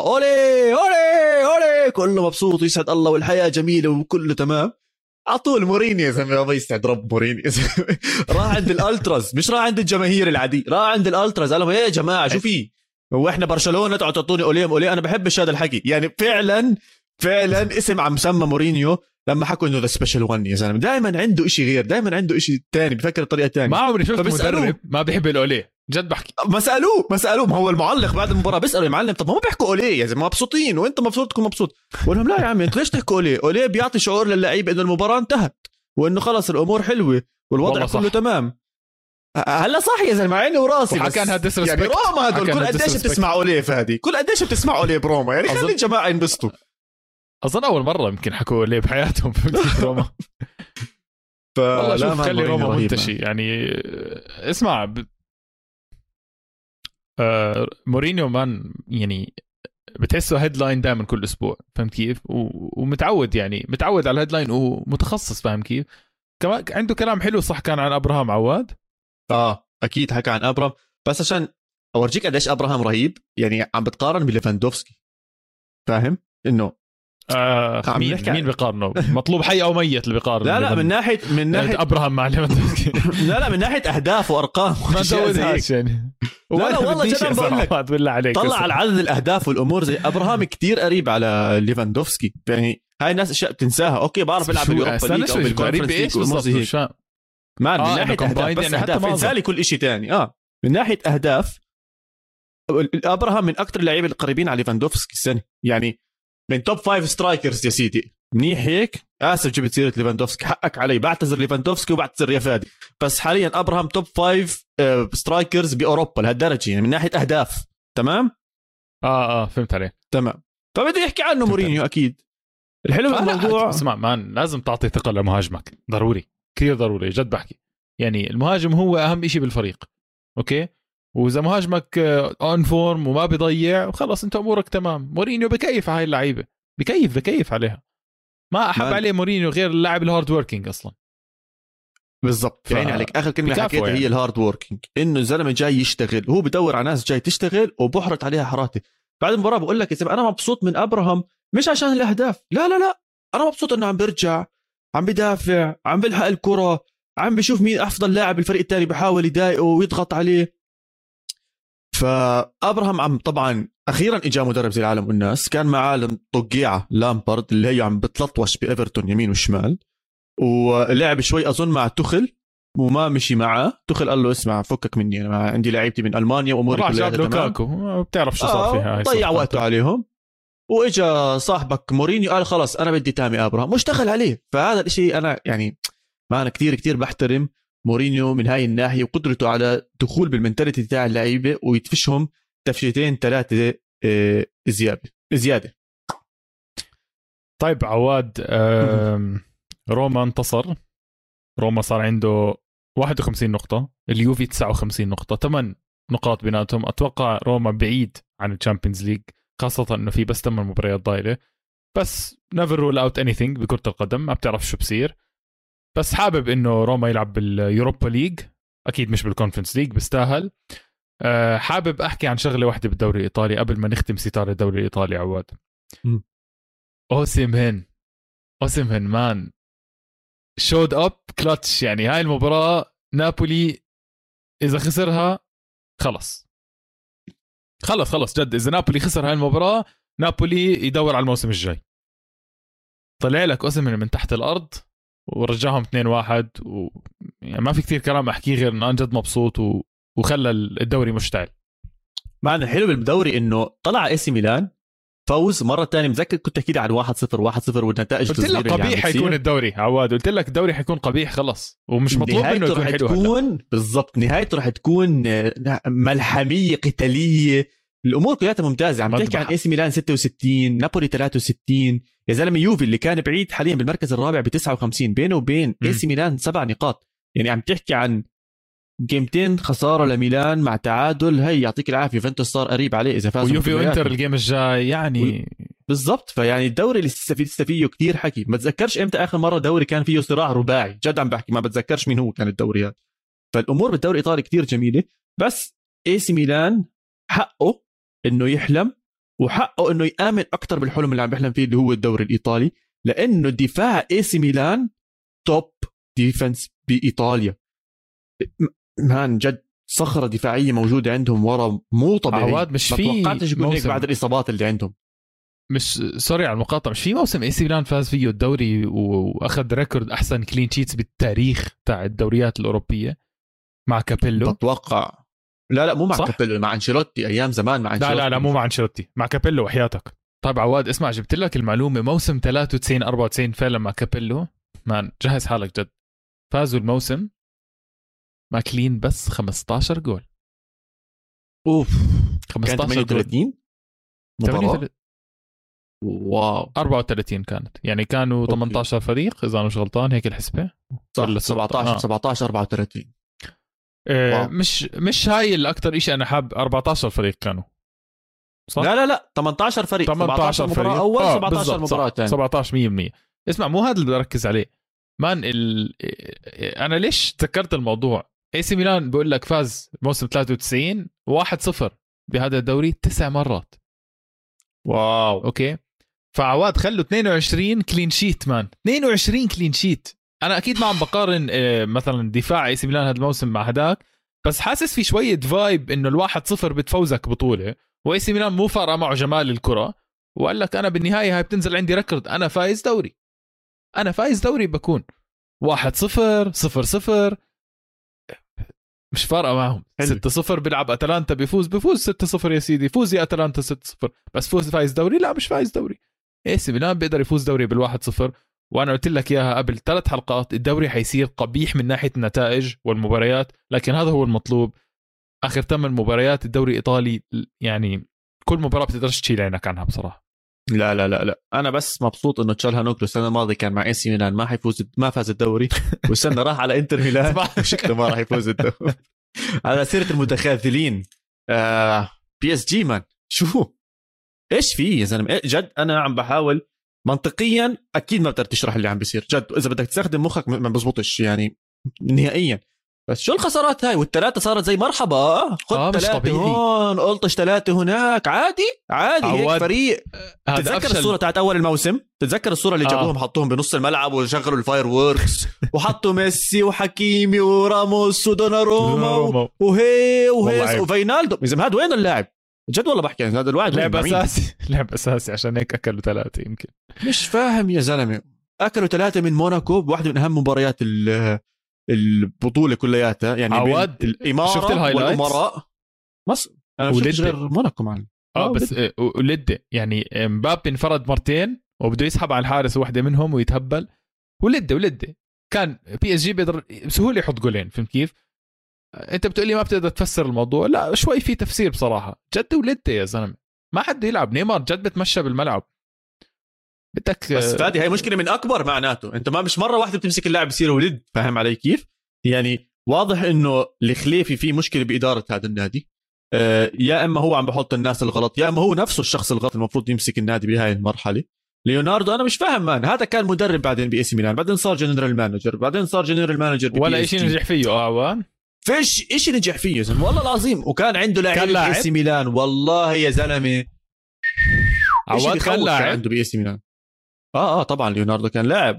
اولي كله مبسوط ويسعد الله والحياه جميله وكله تمام. عطول مورينيو يا زلمه الله يستعد رب مورينيو راح عند الالتراز، مش راح عند الجماهير العادي، راح عند الالتراز قال لهم يا جماعه شو في، هو احنا برشلونه تعطوني اولي. انا بحبش هذا الحكي يعني. فعلا اسم عم سمى مورينيو لما حكوا انه ذا سبيشال 1 يا زلمه. دائما عنده إشي غير، دائما عنده إشي تاني، بفكر بطريقه تانية. ما عمري شفت مدرب ما بيحب الاوليه جد بحكي. ما سالوه ما هو المعلق بعد المباراه بيسالوا يا معلم طب ما بيحكوا اوليه يا زلمه مبسوطين وانت مبسوط تكون مبسوط. بقول لهم لا يا عمي انتوا ليش تحكوا اوليه بيعطي شعور للعيبه انه المباراه انتهت وانه خلص الامور حلوه والوضع كله تمام. هلا صح يا زلمه عيني وراسي. بس يعني روما هدول كل قديش بتسمع اوليه فادي، كل قديش بتسمع اوليه بروما يعني. خلي الجماعه ينبسطوا. اظن اول مره يمكن حكوا اوليه بحياتهم في روما. والله شوف خلي روما منتشي يعني. اسمع مورينيو مان يعني بتحسه هيدلاين دائما كل اسبوع، فهمت كيف؟ ومتعود يعني متعود على الهيدلاين ومتخصص، فاهم كيف؟ كمان عنده كلام حلو صح كان عن ابراهام عواد. اكيد حكى عن ابراهام، بس عشان اورجيك قديش ابراهام رهيب يعني. عم بتقارن بليفاندوفسكي، فاهم انه مين بيقارنه؟ مطلوب حي او ميت اللي بيقارنه. لا من ناحيه ابراهام مع ليفاندوفسكي. لا من ناحيه اهداف وارقام ما زودهاش يعني. لا والله جد بقول لك طلع على عدد الاهداف والامور زي ابراهام كتير قريب على ليفاندوفسكي يعني. هاي الناس اشياء بتنساها. اوكي بعرف يلعب باليوروبا ليج او بالكونفرنس ليج والامور زي هيك مان. من ناحيه اهداف بس اهداف انسالي كل شيء تاني. من ناحيه اهداف ابراهام من اكثر اللعيبه القريبين على ليفاندوفسكي السنه، يعني من توب 5 سترايكرز يا سيدي. منيح هيك. اسف جبت سيره ليفاندوفسكي، حقك علي، بعتذر ليفاندوفسكي وبعتذر يا فادي، بس حاليا ابراهام توب 5 سترايكرز باوروبا لهالدرجه، يعني من ناحيه اهداف. تمام فهمت عليك. تمام. فبده يحكي عنه مورينيو اكيد. الحلو بالموضوع اسمع مان، لازم تعطي ثقه لمهاجمك، ضروري كثير ضروري، جد بحكي. يعني المهاجم هو اهم شيء بالفريق، اوكي؟ واذا مهاجمك اون فورم وما بيضيع خلص انت امورك تمام. مورينيو بكيف على هاي اللعيبه، بكيف عليها. ما احب عليه مورينيو غير اللاعب الهارد ووركينج اصلا. بالضبط. يعني عليك اخر كلمه حكيتها يعني. هي الهارد ووركينج، انه الزلمه جاي يشتغل، هو بدور على ناس جاي تشتغل وبحرت عليها حراته. بعد المباراه بقول لك يا زلمه انا مبسوط من ابراهام، مش عشان الاهداف، لا انا مبسوط انه عم بيرجع، عم بدافع، عم بلحق الكره، عم بشوف مين افضل لاعب بالفريق الثاني، بحاول يضايقه ويضغط عليه. فابراهام عم طبعا اخيرا اجى مدرب زي العالم والناس، كان معاه طقيعه لامبارد اللي هي عم بتلطوش بايفرتون يمين وشمال، ولعب شوي اظن مع تخل وما مشي معه. تخل قال له اسمع فكك مني، انا عندي لعيبتي من المانيا واموري كلها تمام. لوكاكو بتعرف شو صار فيها، ضيع وقته عليهم. واجا صاحبك مورينيو قال خلاص انا بدي تامي ابراهام، واشتغل عليه. فهذا الشيء انا يعني ما انا كتير بحترم مورينيو من هاي الناحيه، وقدرته على دخول بالمنتاليتي تاع اللعيبه ويتفشهم تفشيتين 3 زياده. طيب عواد، روما انتصر. روما صار عنده 51 نقطة، اليوفي 59 نقطة، 8 نقاط بيناتهم. أتوقع روما بعيد عن الشامبيونز ليج، خاصة أنه في بس 8 مباريات ضايلة. بس never rule out anything بكرة القدم، ما بتعرف شو بصير. بس حابب أنه روما يلعب باليوروبا ليج، أكيد مش بالكونفرنس ليج، بيستاهل. حابب أحكي عن شغلة واحدة بالدوري الإيطالي قبل ما نختم ستار الدوري الإيطالي. عواد، أوسيمهن مان شود اب كلاتش. يعني هاي المباراة نابولي إذا خسرها خلص جد. إذا نابولي خسر هاي المباراة نابولي يدور على الموسم الجاي. طلع لك أوسيمهن من تحت الأرض ورجعهم 2-1 يعني ما في كتير كلام أحكيه غير أنه جد مبسوط وخلى الدوري مشتعل. معنى الحلو بالدوري إنه طلع إيسي ميلان فوز مرة تانية. مذكر كنت أحكي عن 1-0 والنتائج قلت لك قبيح حيكون الدوري. عواد قلت لك الدوري حيكون قبيح خلص، ومش مطلوب منه يكون حلو. بالضبط، نهايته رح تكون ملحمية قتالية، الأمور كلها ممتازة. عم تحكي عن إيسي ميلان 66، نابولي 63. يا زلمة يوفي اللي كان بعيد حاليا بالمركز الرابع ب59، بينه وبين إيسي ميلان 7 نقاط. يعني عم تحكي عن جيمتين خسارة لميلان مع تعادل. هي يعطيك العافية، يوفنتوس صار قريب عليه إذا فاز. ويوفي وإنتر الجيم الجاي يعني بالضبط. فيعني الدوري اللي لسه فيه كتير حكي. ما تذكرش إمتى آخر مرة دوري كان فيه صراع رباعي، جد عم بحكي ما بتذكرش مين هو كان الدوري هذا. فالأمور بالدوري الإيطالي كتير جميلة. بس إيسي ميلان حقه إنه يحلم، وحقه إنه يآمن أكتر بالحلم اللي عم بيحلم فيه اللي هو الدوري الإيطالي، لأنه دفاع إيسي ميلان توب ديفنس بإيطاليا. مان جد صخرة دفاعية موجودة عندهم ورا مو طبيعي. عواد مش في توقعتش يكون هيك بعد الإصابات اللي عندهم. مش سوري على المقاطعة، مش في موسم إيسي ميلان فاز فيه الدوري وأخذ ريكورد أحسن كلين شيتس بالتاريخ تاع الدوريات الأوروبية مع كابيلو؟ بتوقع لا مو مع كابيلو، مع أنشيلوتي أيام زمان. مع أنشيلوتي لا مو مع أنشيلوتي، مع كابيلو وحياتك. طيب عواد اسمع، جبت لك المعلومة. موسم 93-94 فعلا مع كابيلو. مان جهز حالك جد. فازوا الموسم ماكلين بس 15 جول. اوف 15 38 مباراة. واو 34 كانت، يعني كانوا 18 فريق اذا انا مش غلطان، هيك الحسبة صح. 17 34. مش هاي الاكثر شيء. انا حاب 14 فريق كانوا صح؟ لا 18 فريق. 18 مباراة اول 17 مباراة ثانية 17 100%. اسمع مو هذا اللي بدي اركز عليه مان. انا ليش تذكرت الموضوع؟ اي سي ميلان بقول لك فاز موسم 93 1-0 بهذا الدوري 9 مرات. واو اوكي. فعواد خلوا 22 كلين شيت مان، 22 كلين شيت. انا اكيد ما عم بقارن مثلا دفاع اي سي ميلان هذا الموسم مع هداك، بس حاسس في شويه فايب انه 1-0 بتفوزك بطوله، واي سي ميلان مو فارقه معه جمال الكره، وقال لك انا بالنهايه هاي بتنزل عندي ريكورد، انا فايز دوري بكون 1-0 0-0. مش فارقه معهم. حلو. 6-0 بيلعب اتلانتا بيفوز 6-0 يا سيدي، فوز يا اتلانتا 6-0، بس فوز فايز دوري؟ لا مش فايز دوري. اي سي ميلان بيقدر يفوز دوري بال1-0. وانا قلت لك اياها قبل 3 حلقات، الدوري حيصير قبيح من ناحيه النتائج والمباريات، لكن هذا هو المطلوب. اخر 8 مباريات الدوري الايطالي يعني كل مباراه بتقدرش تشيل عينك عنها بصراحه. لا لا لا لا، انا بس مبسوط انه تشالهانوغلو السنه الماضيه كان مع اي سي ميلان ما فاز الدوري، والسنه راح على انتر ميلان وشكله ما راح يفوز الدوري. على سيره المتخاذلين، بي اس جي مان، شو ايش في يا زلمه؟ جد انا عم بحاول منطقيا، اكيد ما بتقدر تشرح اللي عم بيصير جد، اذا بدك تستخدم مخك ما بزبطش يعني نهائيا. بس شو الخسارات هاي؟ والثلاثه صارت زي مرحبا، خذ 3 هون قلطش 3 هناك، عادي هيك فريق. تتذكر الصوره تاعت اول الموسم؟ تتذكر الصوره اللي جابوهم حطوهم بنص الملعب وشغلوا الفاير ووركس وحطوا ميسي وحكيمي وراموس ودوناروما وهي وفينالدو؟ يا زلمه هذا وين اللاعب جد؟ والله بحكي هذا الواحد لعب اساسي عشان هيك اكلوا 3 يمكن. مش فاهم يا زلمه، اكلوا 3 من موناكو بواحده من اهم مباريات البطوله كلياتها، يعني عواد الاماره والامراء مصر. انا مش غير موناكو معنا بس ولده يعني مبابي انفرد مرتين وبده يسحب على الحارس واحده منهم ويتهبل، ولده كان بي اس جي بيقدر بسهوله يحط جولين. فهمت كيف؟ انت بتقول لي ما بتقدر تفسر الموضوع، لا شوي في تفسير بصراحه. جد ولده يا زلمه ما حد يلعب، نيمار جد بتمشى بالملعب. بدك بس فادي هاي مشكله من اكبر، معناته انت ما مش مره واحده بتمسك اللاعب بصير ولد. فاهم علي كيف؟ يعني واضح انه الخليفي في مشكله باداره هذا النادي، يا اما هو عم بحط الناس الغلط، يا اما هو نفسه الشخص الغلط المفروض يمسك النادي بهاي المرحله. ليوناردو انا مش فاهم مان، هذا كان مدرب بعدين بي اس ميلان، بعدين صار جنرال مانجر، بعدين صار جنرال مانجر ولا شيء نجح فيه. عوان فيش شيء نجح فيه يا زلمه والله العظيم. وكان عنده لاعب بي اس ميلان والله يا زلمه. عواد كان لاعب عنده بي اس ميلان. طبعا ليوناردو كان لاعب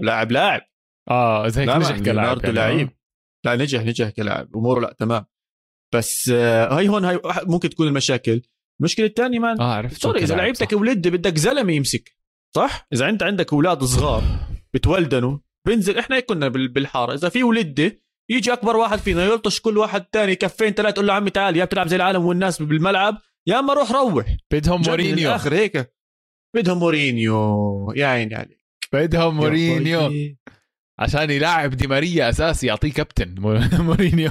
اذا هيك نجح ليوناردو لعيب. لا نجح كلاعب، اموره لا تمام. بس هاي ممكن تكون المشاكل. المشكله الثانيه مان عرفت سوري، اذا لعيبتك ولد بدك زلمه يمسك، صح؟ اذا انت عندك اولاد صغار بتولدنوا بنزل، احنا كنا بالحاره، اذا في ولده يجي اكبر واحد فينا يلطش كل واحد تاني كفين 3، تقول له عمي تعال، يا بتلعب زي العالم والناس بالملعب، يا اما روح. بدهم مورينيو اخر هيك، بدهم مورينيو يا عيني عليك، بدهم مورينيو عشان يلاعب دي ماريا اساسي، يعطيه كابتن مورينيو.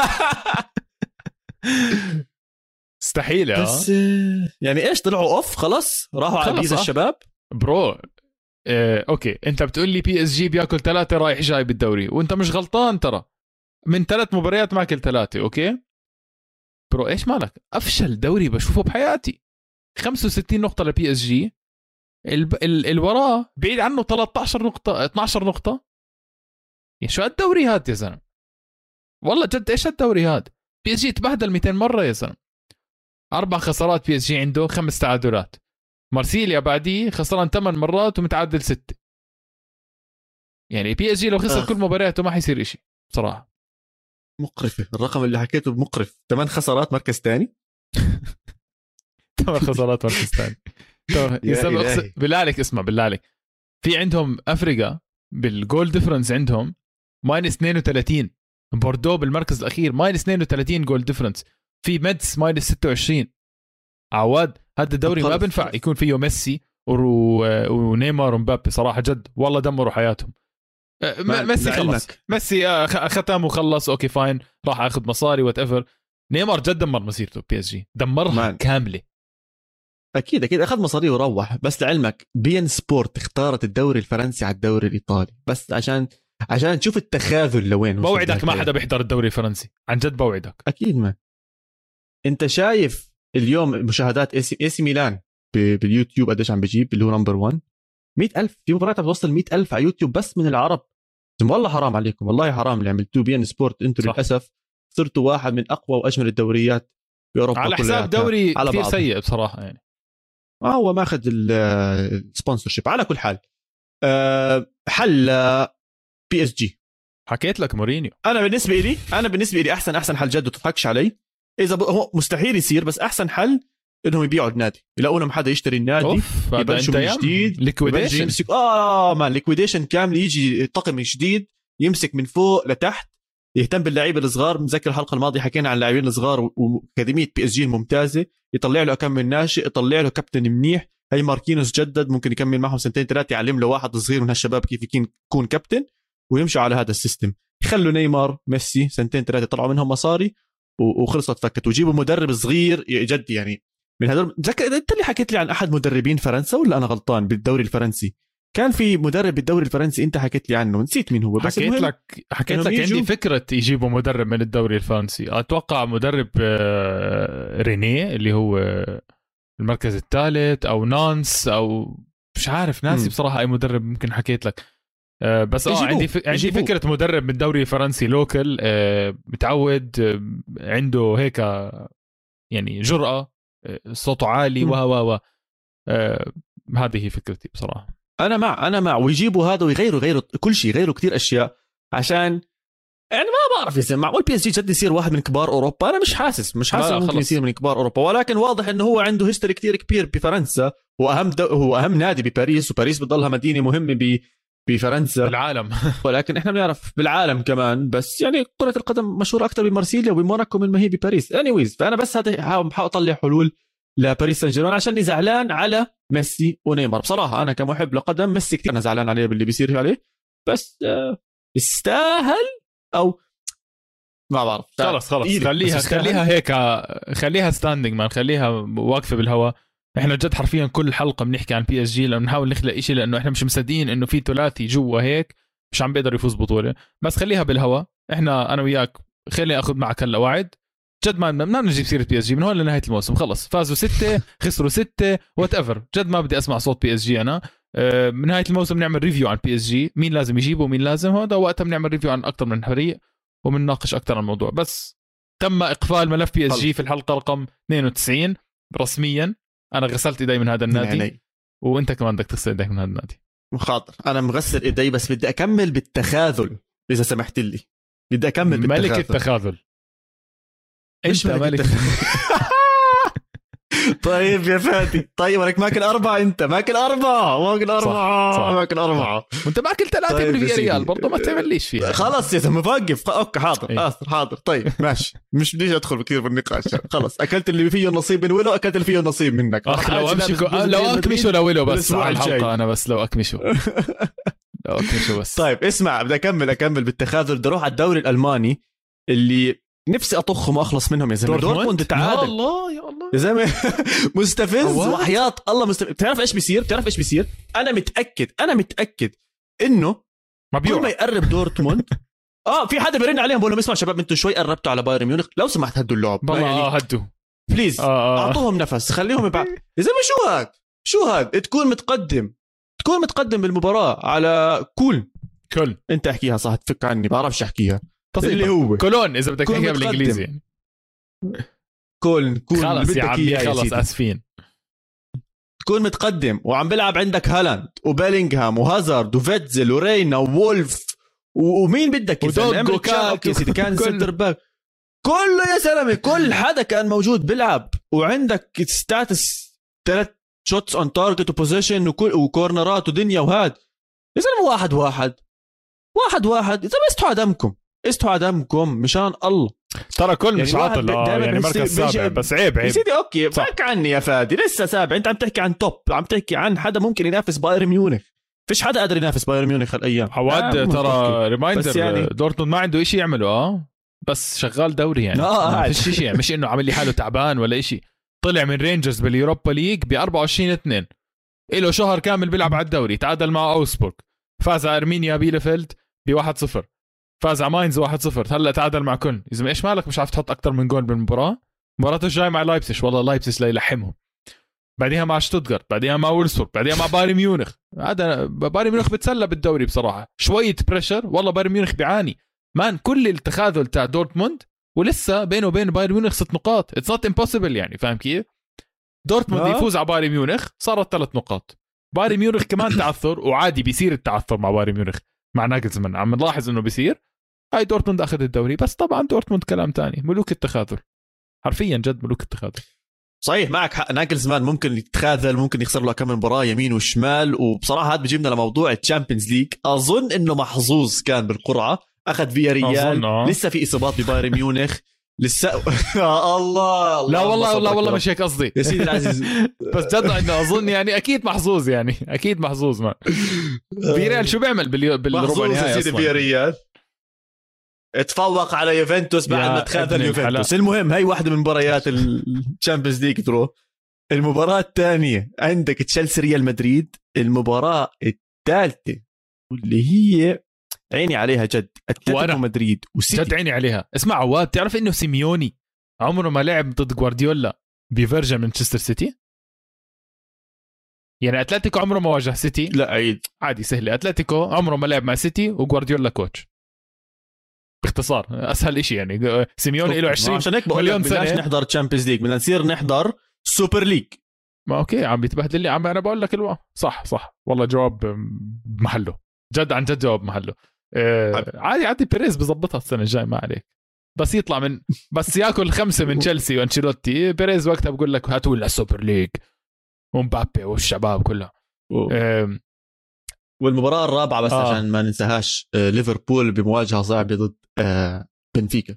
مستحيل بس يعني ايش طلعوا اوف خلاص راحوا على بيز الشباب برو. اوكي انت بتقول لي بي اس جي بياكل 3 رايح جاي بالدوري، وانت مش غلطان ترى، من 3 مباريات ماكل 3. اوكي برو ايش مالك؟ افشل دوري بشوفه بحياتي. 65 نقطه لبي اس جي، الوراه بعيد عنه 13 نقطه 12 نقطه. يا شو الدوري هاد يا زلمه؟ والله جد ايش الدوري هاد؟ بي اس جي تبهدل 200 مره يا زلمه. 4 خسارات بي اس جي عنده، 5 تعادلات. مارسيليا بعديه خسران 8 مرات ومتعادل 6. يعني بي اس جي لو خسر كل مبارياته ما حيصير إشي بصراحه. مقرفه الرقم اللي حكيته، مقرف. 8 خسارات مركز ثاني. 8 خسارات مركز ثاني. بالله عليك اسمع، بالله عليك، في عندهم افريقيا بالجول ديفرنس عندهم -32، بوردو بالمركز الاخير -32 جول ديفرنس، في ميدس -26. عواد هذا الدوري ما بنفع يكون فيه ميسي ونيمار ومبابي صراحه جد والله دمروا حياتهم. ميسي خلص، ميسي ختم وخلص، اوكي فاين، راح اخذ مصاري وات ايفر. نيمار جد دمر مسيرته بي اس جي، دمرها كامله. اكيد اخذ مصاري وروح. بس لعلمك بي ان سبورت اختارت الدوري الفرنسي على الدوري الايطالي بس عشان تشوف التخاذل لوين. بوعدك ما حدا بيحضر الدوري الفرنسي، عن جد بوعدك. اكيد ما انت شايف اليوم مشاهدات اي سي ميلان باليوتيوب قديش عم بيجيب، اللي هو نمبر 1 100,000 في مباريات بتوصل 100,000 على يوتيوب بس من العرب. والله حرام عليكم، والله حرام اللي عملتوه بي ان سبورت. انتم للاسف صرتوا واحد من اقوى واجمل الدوريات باوروبا على حساب دوري كثير سيء بصراحه. يعني هو ماخذ السبونسرشيب. على كل حال حل بي اس جي حكيت لك مورينيو. انا بالنسبه لي احسن حل جد، وتضحكش علي اذا هو مستحيل يصير، بس احسن حل انهم يبيعوا النادي، يلاقوا لهم حدا يشتري النادي، يبلشوا من جديد ليكويديشن. يمسك ليكويديشن كامل، يجي طقم جديد يمسك من فوق لتحت، يهتم باللاعبين الصغار. متذكر الحلقه الماضيه حكينا عن اللاعبين الصغار واكاديميه بي اس جي الممتازه، يطلع له كم من ناشئ، يطلع له كابتن منيح. هي ماركينوس جدد ممكن يكمل معهم 2-3 يعلم له واحد صغير من هالشباب كيف يكون كابتن ويمشوا على هذا السيستم. يخلوا نيمار ميسي 2-3 طلعوا منهم مصاري وخلصت فكت، وجيبوا مدرب صغير جد يعني من هذول. تذكر انت اللي حكيت لي عن احد مدربين فرنسا ولا انا غلطان؟ بالدوري الفرنسي كان في مدرب بالدوري الفرنسي انت حكيت لي عنه، نسيت مين هو. بس حكيت لك عندي فكره يجيبوا مدرب من الدوري الفرنسي. اتوقع مدرب رينيه اللي هو المركز الثالث او نانس او مش عارف ناسي بصراحه اي مدرب ممكن حكيت لك. بس عندي فكره مدرب من الدوري الفرنسي لوكل متعود عنده هيك يعني جرأة، صوته عالي و هذه هي فكرتي بصراحه. انا مع ويجيبوا هذا ويغيروا كل شيء، يغيروا كتير اشياء عشان يعني ما بعرف يصير معقول بي اس جي جد يصير واحد من كبار اوروبا. انا مش حاسس ممكن يصير من كبار اوروبا، ولكن واضح انه هو عنده هيستوري كتير كبير بفرنسا، هو اهم نادي بباريس، وباريس بتضلها مدينه مهمه بفرنسا بالعالم ولكن احنا بنعرف بالعالم كمان. بس يعني كرة القدم مشهورة أكتر بمارسيليا وبموناكو من ما هي بباريس. anyways فأنا بس هذا بحاول أطلع حلول لباريس سان جيرمان عشان زعلان على ميسي ونيمار. بصراحة أنا كمحب لقدم ميسي كتير أنا زعلان عليه باللي بيصير عليه، بس يستاهل أو ما بعرف. خلص خليها هيك، خليها ستاندينج مان، خليها واقفة بالهواء. احنا جد حرفيا كل حلقه بنحكي عن بي اس جي لانه نحاول نخلق إشي، لانه احنا مش مصدقين انه في ثلاثي جوا هيك مش عم بيقدر يفوز بطوله. بس خليها بالهوا. احنا انا وياك خليني اخذ معك هلا وعد جد ما نجيب سيره بي اس جي من هون لنهايه الموسم. خلص فازوا 6 خسروا 6 وات ايفر، جد ما بدي اسمع صوت بي اس جي. انا من نهايه الموسم نعمل ريفيو عن بي اس جي، مين لازم يجيبه ومين لازم، هذا وقتها بنعمل ريفيو عن اكثر من فريق وبنناقش اكثر عن الموضوع. بس تم اقفال ملف بي اس جي في الحلقه رقم 92 رسميا. انا غسلت ايدي من هذا النادي يعني. وانت كمان بدك تغسل ايديك من هذا النادي. مخاطر انا مغسل ايدي، بس بدي اكمل بالتخاذل اذا سمحت لي. بدي اكمل بالتخاذل. ملك التخاذل انت ملك طيب يا فادي، طيب ولك ماكل 4 انت ماكل 4 ماكل 4 وانت ماكل 3 طيب من ريال برضه ما تعمليش فيها. خلص يا زلمه وقف. اوكي حاضر طيب ماشي مش بديش ادخل كثير بالنقاش. خلص اكلت اللي فيه نصيب من ولو، اكلت اللي فيه نصيب منك. لو اكمشوا لولو بس على الحلقه انا بس لو اكمشوا بس. طيب اسمع بدي اكمل بالتخاذل. بدي اروح على الدوري الالماني اللي نفسي اطخهم واخلص منهم يا زلمه. دورتموند تعادل. يا الله يا زلمه مستفز وحياة الله مستفز. بتعرف ايش بيصير؟ انا متاكد انه كل ما يقرب دورتموند في حدا بيرن عليهم بقول لهم اسمع شباب انتوا شوي قربتوا على بايرن ميونخ، لو سمحت هدوا اللعب يعني هدوا بليز. اعطوهم نفس، خليهم يبع يا زلمه. شو هاد تكون متقدم بالمباراه على كل انت احكيها صح، تفك عني بعرفش احكيها. اللي هو كولون اذا بدك تحكيها بالانجليزي يعني. كول خلص يا عمي خلص اسفين. تكون متقدم وعم بلعب عندك هالاند وبيلينغهام وهازارد وفيتزل ورينا وولف ومين بدك يا سيدي كان سنتر باك كله يا زلمه. كل حدا كان موجود بيلعب، وعندك ستاتس 3 شوتس اون تارجت وبوزيشن وكورنرات ودنيا وهاد يا زلمه. 1-1 اذا استحوا دمكم مشان الله. ترى كل يعني مش عاطل يعني مركز سابع بس عيب يا سيدي. اوكي فك عني يا فادي، لسه سابع. انت عم تحكي عن توب، عم تحكي عن حدا ممكن ينافس بايرن ميونخ. فيش حدا قادر ينافس بايرن ميونخ هالايام. عواد ترى ريمايندر يعني دورتموند ما عنده إشي يعمله بس شغال دوري يعني. ما فيش شيء يعني، مش انه عمل لي حاله تعبان ولا إشي. طلع من رينجرز باليوروبا ليج ب24-2 إله شهر كامل بيلعب على الدوري. تعادل مع أوسبورغ، فاز على أرمينيا بيلفيلد ب1-0، فاز على ماينز 1-0، هلا تعادل مع كل. اذا ايش مالك مش عارف تحط اكتر من جول بالمباراه. مباراته الجايه مع لايبزيج، والله لايبزيج لا يلحمهم. بعديها مع شتوتغارت، بعديها مع وولسبورغ، بعديها مع بايرن ميونخ. هذا بايرن ميونخ بتسلى بالدوري بصراحه، شويه بريشر. والله بايرن ميونخ بيعاني مان. كل التخاذل تاع دورتموند ولسه بينه وبين بايرن ميونخ 6 نقاط. اتس نوت امبوسيبل يعني، فاهم كيف؟ دورتموند يفوز على بايرن ميونخ صارت 3 نقاط. بايرن ميونخ كمان تعثر، وعادي بيصير التعثر مع بايرن ميونخ مع ناجلزمان، عم نلاحظ انه بيصير. هاي دورتموند اخذ الدوري، بس طبعا دورتموند كلام تاني. ملوك التخاذل حرفيا، جد ملوك التخاذل. صحيح معك حق. ناجلزمان ممكن يتخاذل، ممكن يخسر له كم مباراه يمين وشمال. وبصراحه هذا بيجيبنا لموضوع الشامبيونز ليج. اظن انه محظوظ كان بالقرعه. اخذ فيا ريال، لسه في اصابات ببايرن ميونخ لسه. الله لا والله مش هيك قصدي يا سيدي العزيز. بس جد انه اظن يعني اكيد محظوظ، يعني اكيد محظوظ. ما فيريال شو بيعمل بالربع نهائي اصلا؟ فيريال اتفوق على يوفنتوس بعد ما تخاذل يوفنتوس. المهم هاي واحدة من مباريات الشامبيونز ليج درو. المباراة الثانية عندك تشيلسي ريال مدريد، المباراة الثالثة واللي هي عيني عليها جد، اتلتيكو مدريد وسيتي. جد عيني عليها. اسمع عواد، تعرف انه سيميوني عمره ما لعب ضد غوارديولا بفيرجن مانشستر سيتي؟ يعني اتلتيكو عمره ما واجه سيتي. لا عيد عادي سهلة. اتلتيكو عمره ما لعب مع سيتي وغوارديولا كوتش. باختصار اسهل إشي يعني. سيميوني له 20 عشان هيك بقول مليون سنة بدناش نحضر تشامبيونز ليج، بدنا نصير نحضر سوبر ليج. ما اوكي عم بيتبهدل لي. انا بقول لك صح والله جواب بمحله. جد عن جد جواب محله. عادي بيريز بزبطها السنة الجاي ما عليك. بس يطلع من بس ياكل 5 من تشيلسي وانشيلوتي، بيريز وقتها بقول لك هاتوا لنا السوبر ليج ومبابي والشباب كلها. والمباراة الرابعة بس عشان ما ننساهاش، ليفربول بمواجهة صعبة ضد بنفيكا.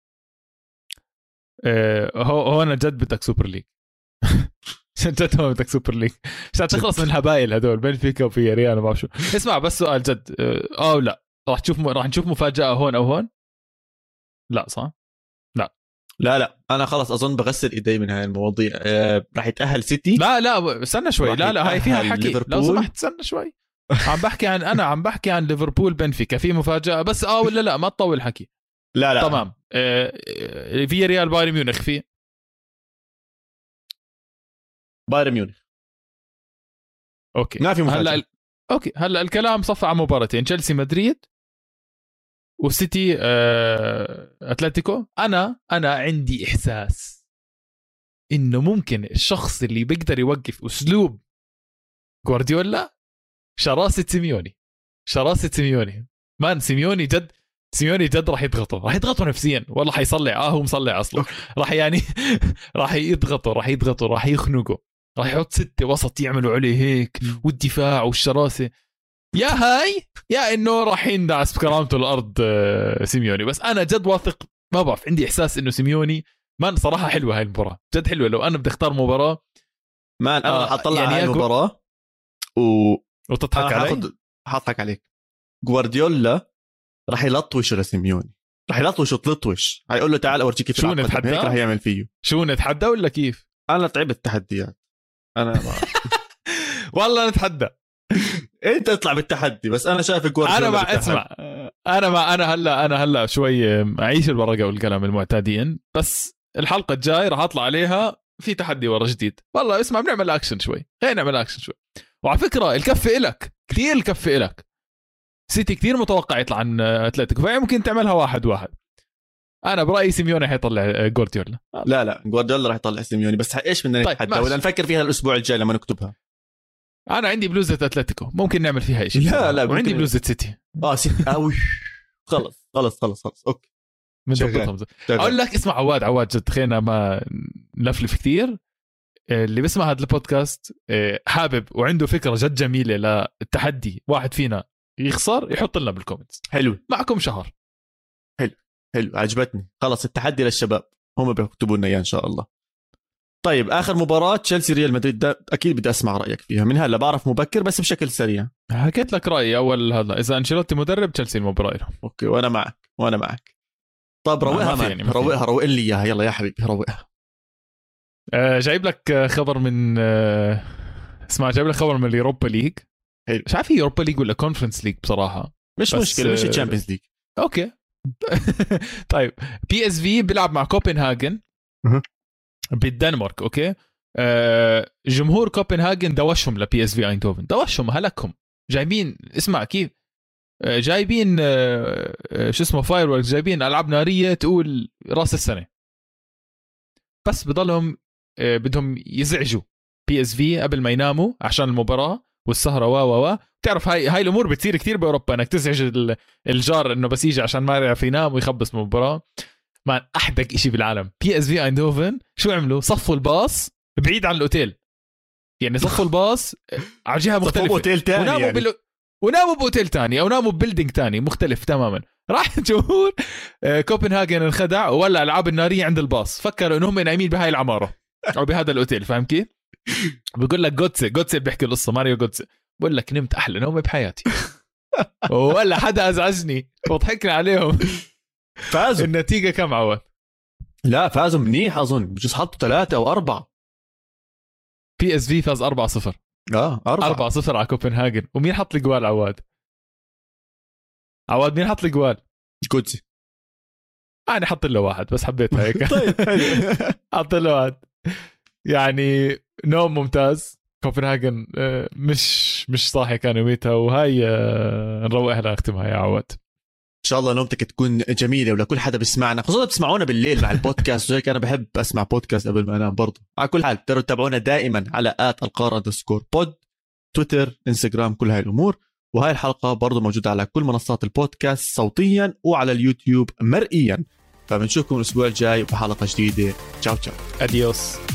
هو أنا جد بدك سوبر ليج. جد هو بدك سوبر ليج عشان تخلص من الهبايل هدول بنفيكا وفي ريال. ما شو اسمع بس سؤال جد. لا راح نشوف مفاجأة هون أو هون. لا صح لا انا خلص اظن بغسل ايدي من هاي المواضيع. راح يتأهل سيتي. لا استنى شوي. لا هاي فيها حكي ليفربول. لو سمحت استنى شوي. عم بحكي عن ليفربول بنفيكا في مفاجأة بس. ولا لا ما تطول حكي. لا تمام. في ريال بايرن ميونخ في بايرن ميونخ. اوكي ما في مفاجأة. هلا الكلام صفى عن مباراتين، تشيلسي مدريد وسيتي اتلتيكو. انا عندي احساس انه ممكن الشخص اللي بيقدر يوقف اسلوب غوارديولا شراسة سيميوني. مان سيميوني جد راح يضغطوا نفسيا. والله حيصلع. هو مصلع اصلا. راح يضغطوا راح يخنقوا، راح يحط 6 وسط يعملوا عليه هيك، والدفاع والشراسة يا انه راح يندعس بكرامته الارض سيميوني. بس انا جد واثق، ما بعرف، عندي احساس انه سيميوني مان صراحة حلوة. هاي المباراة جد حلوة. لو انا بدي اختار مباراة مان انا راح اطلع يعني هاي المباراة وتضحك علي. حاضحك عليك. غوارديولا راح يلطوش لسيميوني، راح يلطوش هيقول له تعال اورجيك كيف شو نتحدى. هيك راح يعمل فيه. شو نتحدى ولا كيف؟ انا تعبت التحديات. انا والله نتحدى. انت اطلع بالتحدي. بس انا شايف غوارديولا. انا ما اسمع. انا هلا شوي اعيش الورقه والقلم المعتادين. بس الحلقه الجاي راح اطلع عليها في تحدي ورا جديد. والله اسمع بنعمل اكشن شوي. خلينا نعمل اكشن شوي. وعلى فكره الكفه إلك كثير. الكفه إلك. سيتي كثير متوقع يطلع عن اتلتيكو، فممكن تعملها 1-1. انا برايي سيميوني حيطلع غوارديولا. لا غوارديولا راح يطلع سيميوني. بس ايش بدنا نتحدى ولا نفكر فيها الاسبوع الجاي لما نكتبها؟ انا عندي بلوزه اتلتيكو ممكن نعمل فيها شيء. لا وعندي بلوزه سيتي. سيتي خلص اوكي. اقول لك اسمع عواد جد خلينا ما نلفلف كثير. اللي بيسمع هذا البودكاست حابب وعنده فكره جد جميله للتحدي، واحد فينا يخسر يحط لنا بالكومنتس. حلو معكم شهر. حلو عجبتني. خلص التحدي للشباب، هم بيكتبوا لنا اياه ان شاء الله. طيب اخر مباراه تشيلسي ريال مدريد، ده اكيد بدي اسمع رايك فيها من هلا. بعرف مبكر بس بشكل سريع. حكيت لك رايي اول. هذا اذا انشيلوتي مدرب تشيلسي المباراه له. اوكي وانا معك. طب روقها روق لي اياها. يلا يا حبيبي روقها. جايب لك خبر من جايب لك خبر من اليوروبا ليج. مش عارف هي يوروبا ليج ولا كونفرنس ليج بصراحه. مش مشكله. مش الشامبيونز ليج. اوكي. طيب بي اس في بيلعب مع كوبنهاجن بالدنمارك. اوكي. جمهور كوبنهاجن دوشهم لبي اس في ايندهوفن. دوشهم هلكهم. جايبين اسمع كيف جايبين شو اسمه فايروركس. جايبين العاب ناريه تقول راس السنه. بس بضلهم بدهم يزعجوا بي اس في قبل ما يناموا عشان المباراه والسهره و تعرف هاي الامور بتصير كتير باوروبا، انك تزعج الجار انه بس يجي عشان ما يعرف ينام ويخبص المباراه. ما احدق إشي بالعالم. بي اس في ايندهوفن شو عملوا؟ صفوا الباص بعيد عن الاوتيل. يعني صفوا الباص على جهه مختلفه. اوتيل تاني وناموا يعني. وناموا بأوتيل تاني أو ناموا ببيلدينج تاني مختلف تماما. راح جمهور كوبنهاجن انخدع وولع الألعاب النارية عند الباص، فكروا إنهم نايمين بهاي العمارة أو بهذا الأوتيل. فاهم كيف؟ بيقول لك جوتسي بيحكي القصة، ماريو جوتسي بقول لك نمت أحلى نوم بحياتي ولا حدا أزعجني وضحكنا عليهم. فازوا. النتيجة كم عوض؟ لا فازوا منيح أظن، بجوز حطوا 3 أو 4. PSV فاز 4-0. 4-0 على كوبنهاجن. ومين حط الجوال؟ عواد مين حط الجوال؟ جوتسي. أنا حط له واحد بس حبيتها هيك. طيب حط له واحد. يعني نوم ممتاز. كوبنهاجن مش صاحي كان يوميتها، وهاي نروقها لأختمها يا عواد. ان شاء الله نومتك تكون جميله ولكل حدا بيسمعنا، خصوصا بتسمعونا بالليل مع البودكاست وهيك. انا بحب اسمع بودكاست قبل ما انام برضه. على كل حال تقدروا تتابعونا دائما على @القاره_بود، تويتر، انستغرام، كل هاي الامور. وهاي الحلقه برضه موجوده على كل منصات البودكاست صوتيا وعلى اليوتيوب مرئيا. فبنشوفكم الاسبوع الجاي بحلقه جديده. تشاو تشاو. اديوس.